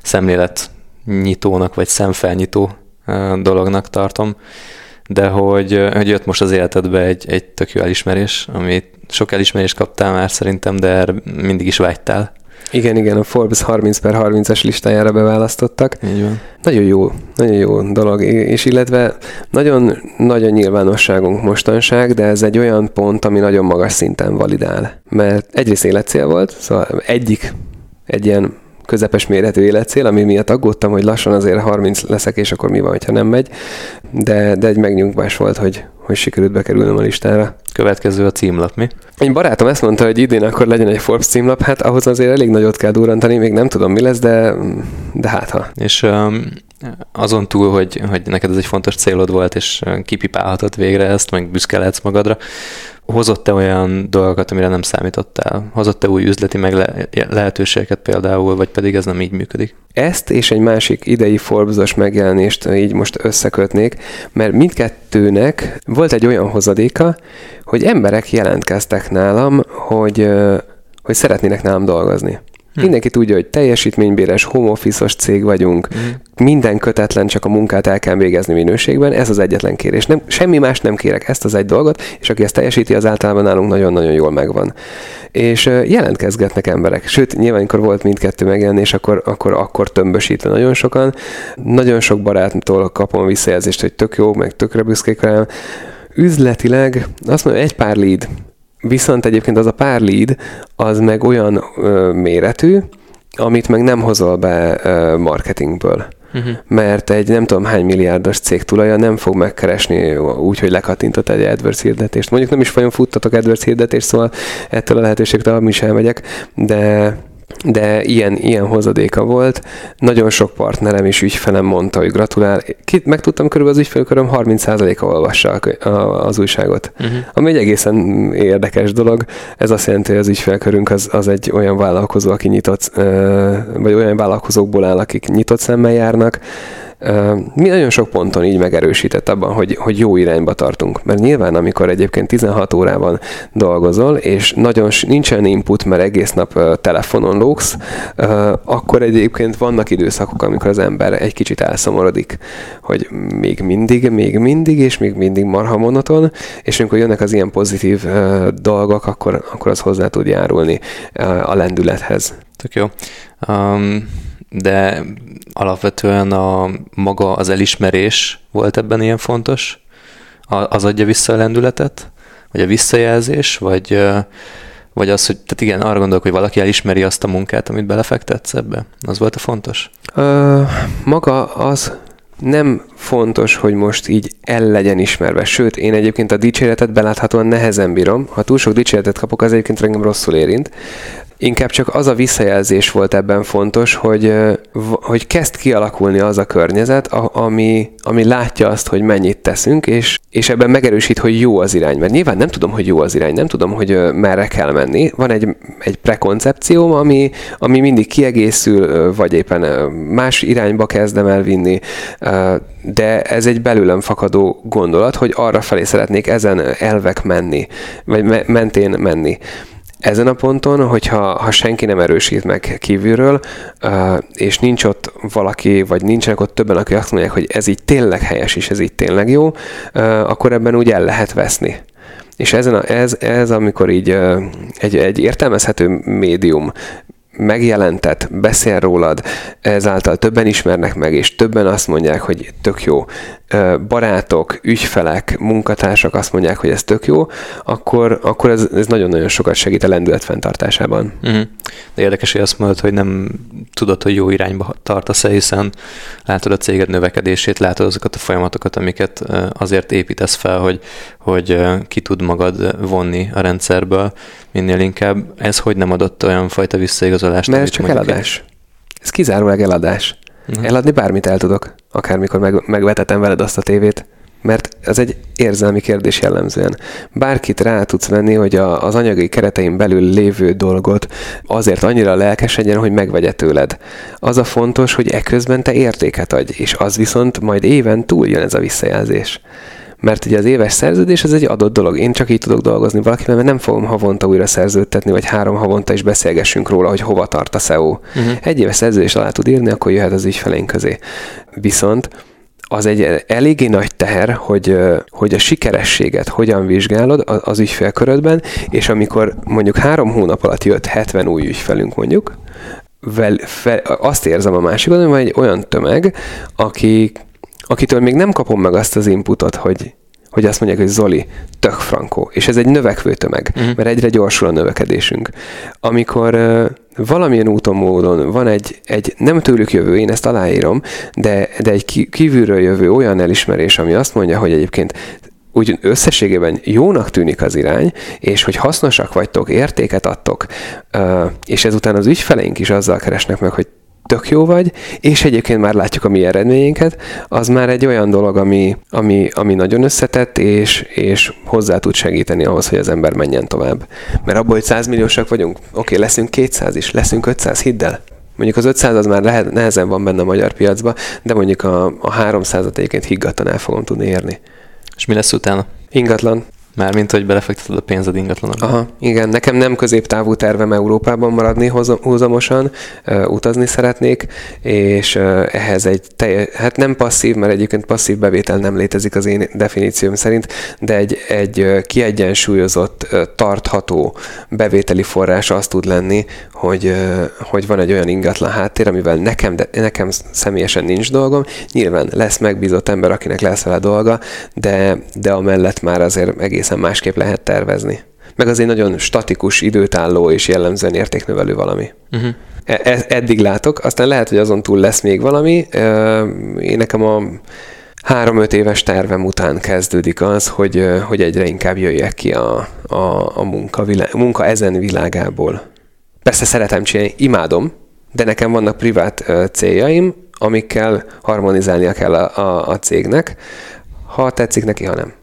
szemléletnyitónak, vagy szemfelnyitó uh, dolognak tartom. De hogy, hogy jött most az életedbe egy, egy tök jó elismerés, amit sok elismerést kaptál már szerintem, de erre mindig is vágytál. Igen, igen, a Forbes harminc per harmincas listájára beválasztottak. Így van. Nagyon jó, nagyon jó dolog, és illetve nagyon nagy a nyilvánosságunk mostanság, de ez egy olyan pont, ami nagyon magas szinten validál. Mert egyrészt életcél volt, szóval egyik, egy ilyen közepes méretű életcél, ami miatt aggódtam, hogy lassan azért harminc leszek, és akkor mi van, ha nem megy. De, de egy megnyugvás volt, hogy, hogy sikerült bekerülnöm a listára. Következő a címlap, mi? Egy barátom ezt mondta, hogy idén akkor legyen egy Forbes címlap, hát ahhoz azért elég nagyot kell durrantani, még nem tudom mi lesz, de, de hát ha. És um, azon túl, hogy, hogy neked ez egy fontos célod volt, és kipipálhatod végre ezt, meg büszke lehetsz magadra, hozott-e olyan dolgokat, amire nem számítottál? Hozott-e új üzleti meg le- lehetőségeket például, vagy pedig ez nem így működik? Ezt és egy másik idei Forbes-os megjelenést így most összekötnék, mert mindkettőnek volt egy olyan hozadéka, hogy emberek jelentkeztek nálam, hogy, hogy szeretnének nálam dolgozni. Hm. Mindenki tudja, hogy teljesítménybéres, home office-os cég vagyunk, hm. minden kötetlen, csak a munkát el kell végezni minőségben, ez az egyetlen kérés. Nem, semmi más nem kérek, ezt az egy dolgot, és aki ezt teljesíti, az általában nálunk nagyon-nagyon jól megvan. És jelentkezgetnek emberek. Sőt, nyilván, amikor volt mindkettő megjelenés, akkor, akkor, akkor tömbösítve nagyon sokan. Nagyon sok barátomtól kapom visszajelzést, hogy tök jó, meg tökre büszkék rám. Üzletileg azt mondom, egy pár lead. Viszont egyébként az a pár lead, az meg olyan ö, méretű, amit meg nem hozol be ö, marketingből. Uh-huh. Mert egy nem tudom hány milliárdos cég tulaja nem fog megkeresni úgy, hogy lekattintott egy AdWords hirdetést. Mondjuk nem is folyam futtatok AdWords hirdetést, szóval ettől a lehetőségtől mi is elmegyek, de de ilyen, ilyen hozadéka volt. Nagyon sok partnerem és ügyfelem mondta, hogy gratulál. Ki, megtudtam, körülbelül az ügyfélköröm harminc százaléka olvassa az újságot. Uh-huh. Ami egy egészen érdekes dolog. Ez azt jelenti, hogy az ügyfélkörünk az, az egy olyan vállalkozó, aki nyitott, vagy olyan vállalkozókból áll, akik nyitott szemmel járnak. Mi nagyon sok ponton így megerősített abban, hogy, hogy jó irányba tartunk. Mert nyilván, amikor egyébként tizenhat órában dolgozol, és nagyon nincsen input, mert egész nap telefonon lógsz, akkor egyébként vannak időszakok, amikor az ember egy kicsit elszomorodik, hogy még mindig, még mindig, és még mindig marha monoton, és amikor jönnek az ilyen pozitív dolgok, akkor, akkor az hozzá tud járulni a lendülethez. Tök jó. Um... de alapvetően a maga az elismerés volt ebben ilyen fontos? Az adja vissza a lendületet? Vagy a visszajelzés? Vagy, vagy az, hogy tehát igen, arra gondolok, hogy valaki elismeri azt a munkát, amit belefektetsz ebbe? Az volt a fontos? Ö, maga az nem fontos, hogy most így el legyen ismerve. Sőt, én egyébként a dicséretet beláthatóan nehezen bírom. Ha túl sok dicséretet kapok, az egyébként engem rosszul érint. Inkább csak az a visszajelzés volt ebben fontos, hogy, hogy kezd kialakulni az a környezet, ami, ami látja azt, hogy mennyit teszünk, és, és ebben megerősít, hogy jó az irány. Mert nyilván nem tudom, hogy jó az irány, nem tudom, hogy merre kell menni. Van egy, egy prekoncepcióm, ami, ami mindig kiegészül, vagy éppen más irányba kezdem elvinni, de ez egy belőlem fakadó gondolat, hogy arra felé szeretnék ezen elvek menni, vagy me- mentén menni. Ezen a ponton, hogyha ha senki nem erősít meg kívülről, uh, és nincs ott valaki, vagy nincsenek ott többen, akik azt mondják, hogy ez így tényleg helyes, és ez így tényleg jó, uh, akkor ebben úgy el lehet veszni. És ezen a, ez, ez, amikor így uh, egy, egy értelmezhető médium megjelentett, beszél rólad, ezáltal többen ismernek meg, és többen azt mondják, hogy tök jó. Barátok, ügyfelek, munkatársak azt mondják, hogy ez tök jó, akkor, akkor ez, ez nagyon-nagyon sokat segít a lendület fenntartásában. Uh-huh. De érdekes, hogy azt mondod, hogy nem tudod, hogy jó irányba tartasz, hiszen látod a céged növekedését, látod azokat a folyamatokat, amiket azért építesz fel, hogy, hogy ki tud magad vonni a rendszerből minél inkább. Ez hogy nem adott olyan fajta visszaigazolást? Mert ez csak eladás. Ez kizárólag eladás. Uh-huh. Eladni bármit el tudok, akármikor meg, megvetetem veled azt a tévét, mert ez egy érzelmi kérdés jellemzően. Bárkit rá tudsz venni, hogy a, az anyagi keretein belül lévő dolgot azért annyira lelkesedjen, hogy megvegye tőled. Az a fontos, hogy eközben te értéket adj, és az viszont majd éven túl jön ez a visszajelzés. Mert ugye az éves szerződés az egy adott dolog. Én csak így tudok dolgozni valakivel, mert nem fogom havonta újra szerződtetni, vagy három havonta is beszélgessünk róla, hogy hova tart a es e o. Uh-huh. Egy éves szerződést alá tud írni, akkor jöhet az ügyfeleink közé. Viszont az egy eléggé nagy teher, hogy, hogy a sikerességet hogyan vizsgálod az ügyfélkörödben, és amikor mondjuk három hónap alatt jött hetven új ügyfelünk mondjuk, vel, fel, azt érzem a másik oldalon, hogy egy olyan tömeg, aki akitől még nem kapom meg azt az inputot, hogy, hogy azt mondják, hogy Zoli, tök frankó. És ez egy növekvő tömeg, uh-huh. mert egyre gyorsul a növekedésünk. Amikor uh, valamilyen úton, módon van egy, egy nem tőlük jövő, én ezt aláírom, de, de egy kívülről jövő olyan elismerés, ami azt mondja, hogy egyébként úgy összességében jónak tűnik az irány, és hogy hasznosak vagytok, értéket adtok, uh, és ezután az ügyfeleink is azzal keresnek meg, hogy tök jó vagy, és egyébként már látjuk a mi eredményeinket, az már egy olyan dolog, ami, ami, ami nagyon összetett, és, és hozzá tud segíteni ahhoz, hogy az ember menjen tovább. Mert abból, hogy százmilliósak vagyunk, oké, leszünk kétszáz is, leszünk ötszáz, hidd el. Mondjuk az ötszáz az már lehet, nehezen van benne a magyar piacban, de mondjuk a, a háromszázat egyébként higgadtan el fogom tudni érni. És mi lesz utána? Ingatlan. Mármint, hogy belefekteted a pénzed ingatlanokba. Aha, igen. Nekem nem középtávú tervem Európában maradni húzamosan, uh, utazni szeretnék, és uh, ehhez egy teljes, hát nem passzív, mert egyébként passzív bevétel nem létezik az én definícióm szerint, de egy, egy uh, kiegyensúlyozott, uh, tartható bevételi forrás az tud lenni, hogy, uh, hogy van egy olyan ingatlan háttér, amivel nekem, de, nekem személyesen nincs dolgom. Nyilván lesz megbízott ember, akinek lesz vele dolga, de, de amellett már azért egészen másképp lehet tervezni. Meg az egy nagyon statikus, időtálló és jellemzően értéknövelő valami. Uh-huh. E- eddig látok, aztán lehet, hogy azon túl lesz még valami. Én nekem a három-öt éves tervem után kezdődik az, hogy, hogy egyre inkább jöjjek ki a, a, a munka, vilá- munka ezen világából. persze szeretem csinálni, imádom, de nekem vannak privát céljaim, amikkel harmonizálnia kell a, a, a cégnek, ha tetszik neki, ha nem.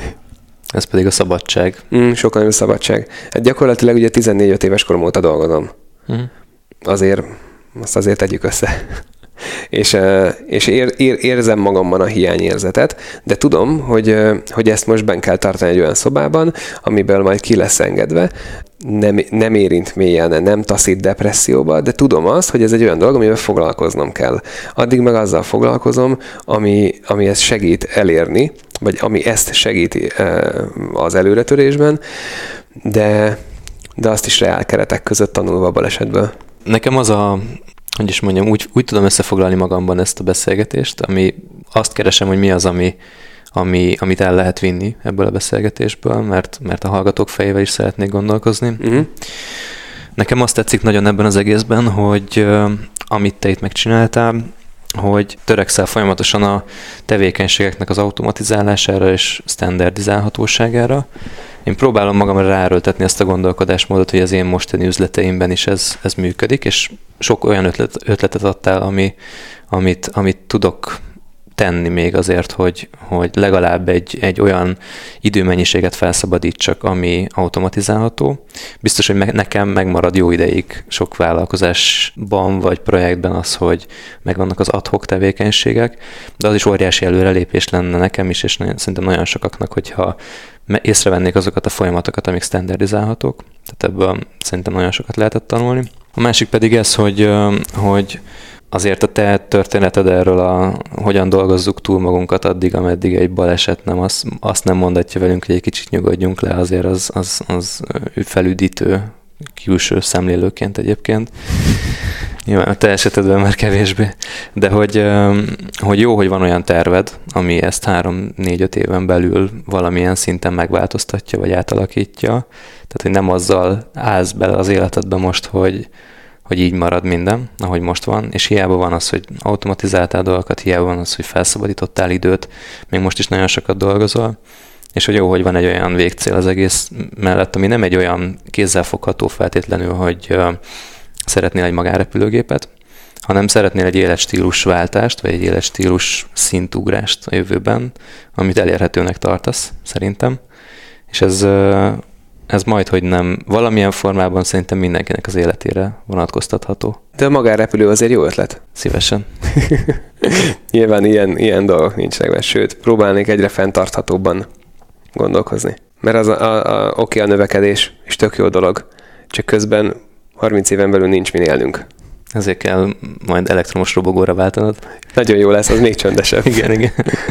Ez pedig a szabadság. Mm, sokkal nagyobb szabadság. Hát gyakorlatilag ugye tizennégy-öt éves korom óta dolgozom. Mm. Azért, azt azért tegyük össze. és és ér, ér, érzem magamban a hiányérzetet, de tudom, hogy, hogy ezt most benn kell tartani egy olyan szobában, amiből majd ki lesz engedve, nem, nem érint mélyen, nem taszít depresszióba, de tudom azt, hogy ez egy olyan dolog, amivel foglalkoznom kell. Addig meg azzal foglalkozom, ami, ami ezt segít elérni, vagy ami ezt segíti az előretörésben, de, de azt is reál keretek között tanulva a balesetből. Nekem az a, hogy is mondjam, úgy, úgy tudom összefoglalni magamban ezt a beszélgetést, ami azt keresem, hogy mi az, ami, ami, amit el lehet vinni ebből a beszélgetésből, mert, mert a hallgatók fejével is szeretnék gondolkozni. Uh-huh. Nekem azt tetszik nagyon ebben az egészben, hogy amit te itt megcsináltál, hogy törekszel folyamatosan a tevékenységeknek az automatizálására és standardizálhatóságára. Én próbálom magamra ráerőltetni ezt a gondolkodásmódot, hogy az én mostani üzleteimben is ez, ez működik, és sok olyan ötlet, ötletet adtál, ami, amit, amit tudok tenni még azért, hogy, hogy legalább egy, egy olyan időmennyiséget felszabadítsak, ami automatizálható. Biztos, hogy me- nekem megmarad jó ideig sok vállalkozásban vagy projektben az, hogy megvannak az ad hoc tevékenységek, de az is óriási előrelépés lenne nekem is, és nagyon, szerintem nagyon sokaknak, hogyha észrevennék azokat a folyamatokat, amik standardizálhatók. Tehát ebből szerintem nagyon sokat lehetett tanulni. A másik pedig ez, hogy, hogy azért a te történeted erről, a, hogyan dolgozzuk túl magunkat addig, ameddig egy baleset nem, azt, azt nem mondatja velünk, hogy egy kicsit nyugodjunk le, azért az, az, az felüdítő külső szemlélőként egyébként. Nyilván a te esetedben már kevésbé. De hogy, hogy jó, hogy van olyan terved, ami ezt három-négy-öt éven belül valamilyen szinten megváltoztatja, vagy átalakítja. Tehát, hogy nem azzal állsz bele az életedbe most, hogy hogy így marad minden, ahogy most van, és hiába van az, hogy automatizáltál dolgokat, hiába van az, hogy felszabadítottál időt, még most is nagyon sokat dolgozol, és hogy jó, hogy van egy olyan végcél az egész mellett, ami nem egy olyan kézzelfogható feltétlenül, hogy uh, szeretnél egy magánrepülőgépet, hanem szeretnél egy életstílusváltást, vagy egy életstílus szintugrást a jövőben, amit elérhetőnek tartasz, szerintem. És ez... Uh, Ez majd, hogy nem, valamilyen formában szerintem mindenkinek az életére vonatkoztatható. De a magánrepülő azért jó ötlet. Szívesen. Nyilván ilyen, ilyen dolgok nincsenek be, sőt, próbálnék egyre fenntarthatóbban gondolkozni. Mert az a, a, a, oké, a növekedés, és tök jó dolog, csak közben harminc éven belül nincs min élnünk. Ezért kell majd elektromos robogóra váltanod. Nagyon jó lesz, az még csöndesebb. igen, igen.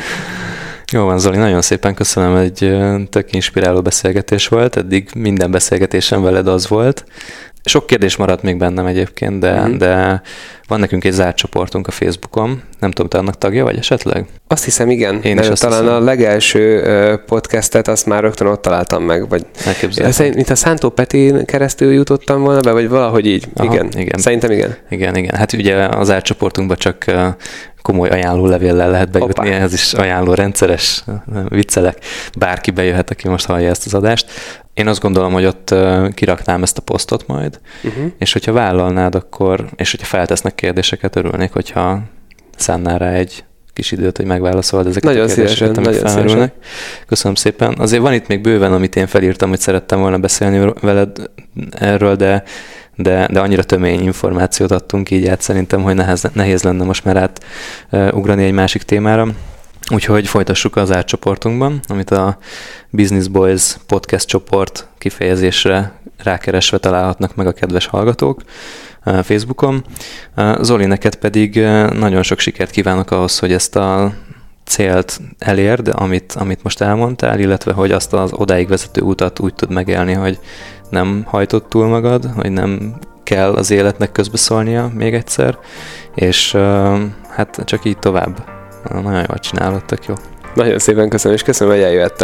Jó van, Zoli, nagyon szépen köszönöm, egy tök inspiráló beszélgetés volt, eddig minden beszélgetésem veled az volt. Sok kérdés maradt még bennem egyébként, de, mm. de van nekünk egy zárt csoportunk a Facebookon. Nem tudom, te annak tagja vagy esetleg? Azt hiszem, igen. Én is azt talán hiszem. A legelső podcastet azt már rögtön ott találtam meg. Vagy szerint, mint a Szántó Petin keresztül jutottam volna be, vagy valahogy így. Aha, igen. igen. Szerintem igen. Igen, igen. Hát ugye az zárt csoportunkban csak komoly ajánlólevéllel lehet bejutni, Hoppá. ehhez is ajánló rendszeres, viccelek. Bárki bejöhet, aki most hallja ezt az adást. Én azt gondolom, hogy ott kiraknám ezt a posztot majd, uh-huh. és hogyha vállalnád, akkor, és hogyha feltesznek kérdéseket, örülnék, hogyha szánnál rá egy kis időt, hogy megválaszold ezeket nagyon a kérdéseket, amik felmerülnek. Köszönöm szépen. Azért van itt még bőven, amit én felírtam, hogy szerettem volna beszélni veled erről, de De, de annyira tömény információt adtunk így át szerintem, hogy nehez, nehéz lenne most már átugrani egy másik témára. Úgyhogy folytassuk az átcsoportunkban, amit a Business Boys podcast csoport kifejezésre rákeresve találhatnak meg a kedves hallgatók Facebookon. Zoli, neked pedig nagyon sok sikert kívánok ahhoz, hogy ezt a célt elérd, amit, amit most elmondtál, illetve hogy azt az odáig vezető utat úgy tud megélni, hogy nem hajtott túl magad, hogy nem kell az életnek közbeszólnia még egyszer, és uh, hát csak így tovább. Nagyon jól csinálod, tök jó. Nagyon szépen köszönöm, és köszönöm, hogy eljöttem.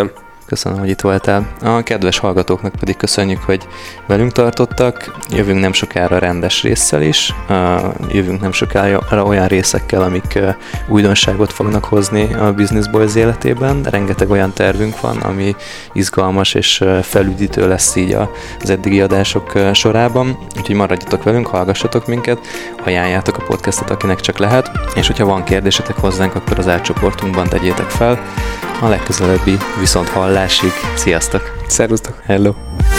köszönöm, hogy itt voltál. A kedves hallgatóknak pedig köszönjük, hogy velünk tartottak. Jövünk nem sokára rendes résszel is. Jövünk nem sokára olyan részekkel, amik újdonságot fognak hozni a Business Boys életében. Rengeteg olyan tervünk van, ami izgalmas és felüdítő lesz így az eddigi adások sorában. Úgyhogy maradjatok velünk, hallgassatok minket, ajánljátok a podcastot, akinek csak lehet, és hogyha van kérdésetek hozzánk, akkor az átcsoportunkban tegyétek fel. A legközelebbi viszont hallásig. Sziasztok! Szervusztok! Hello!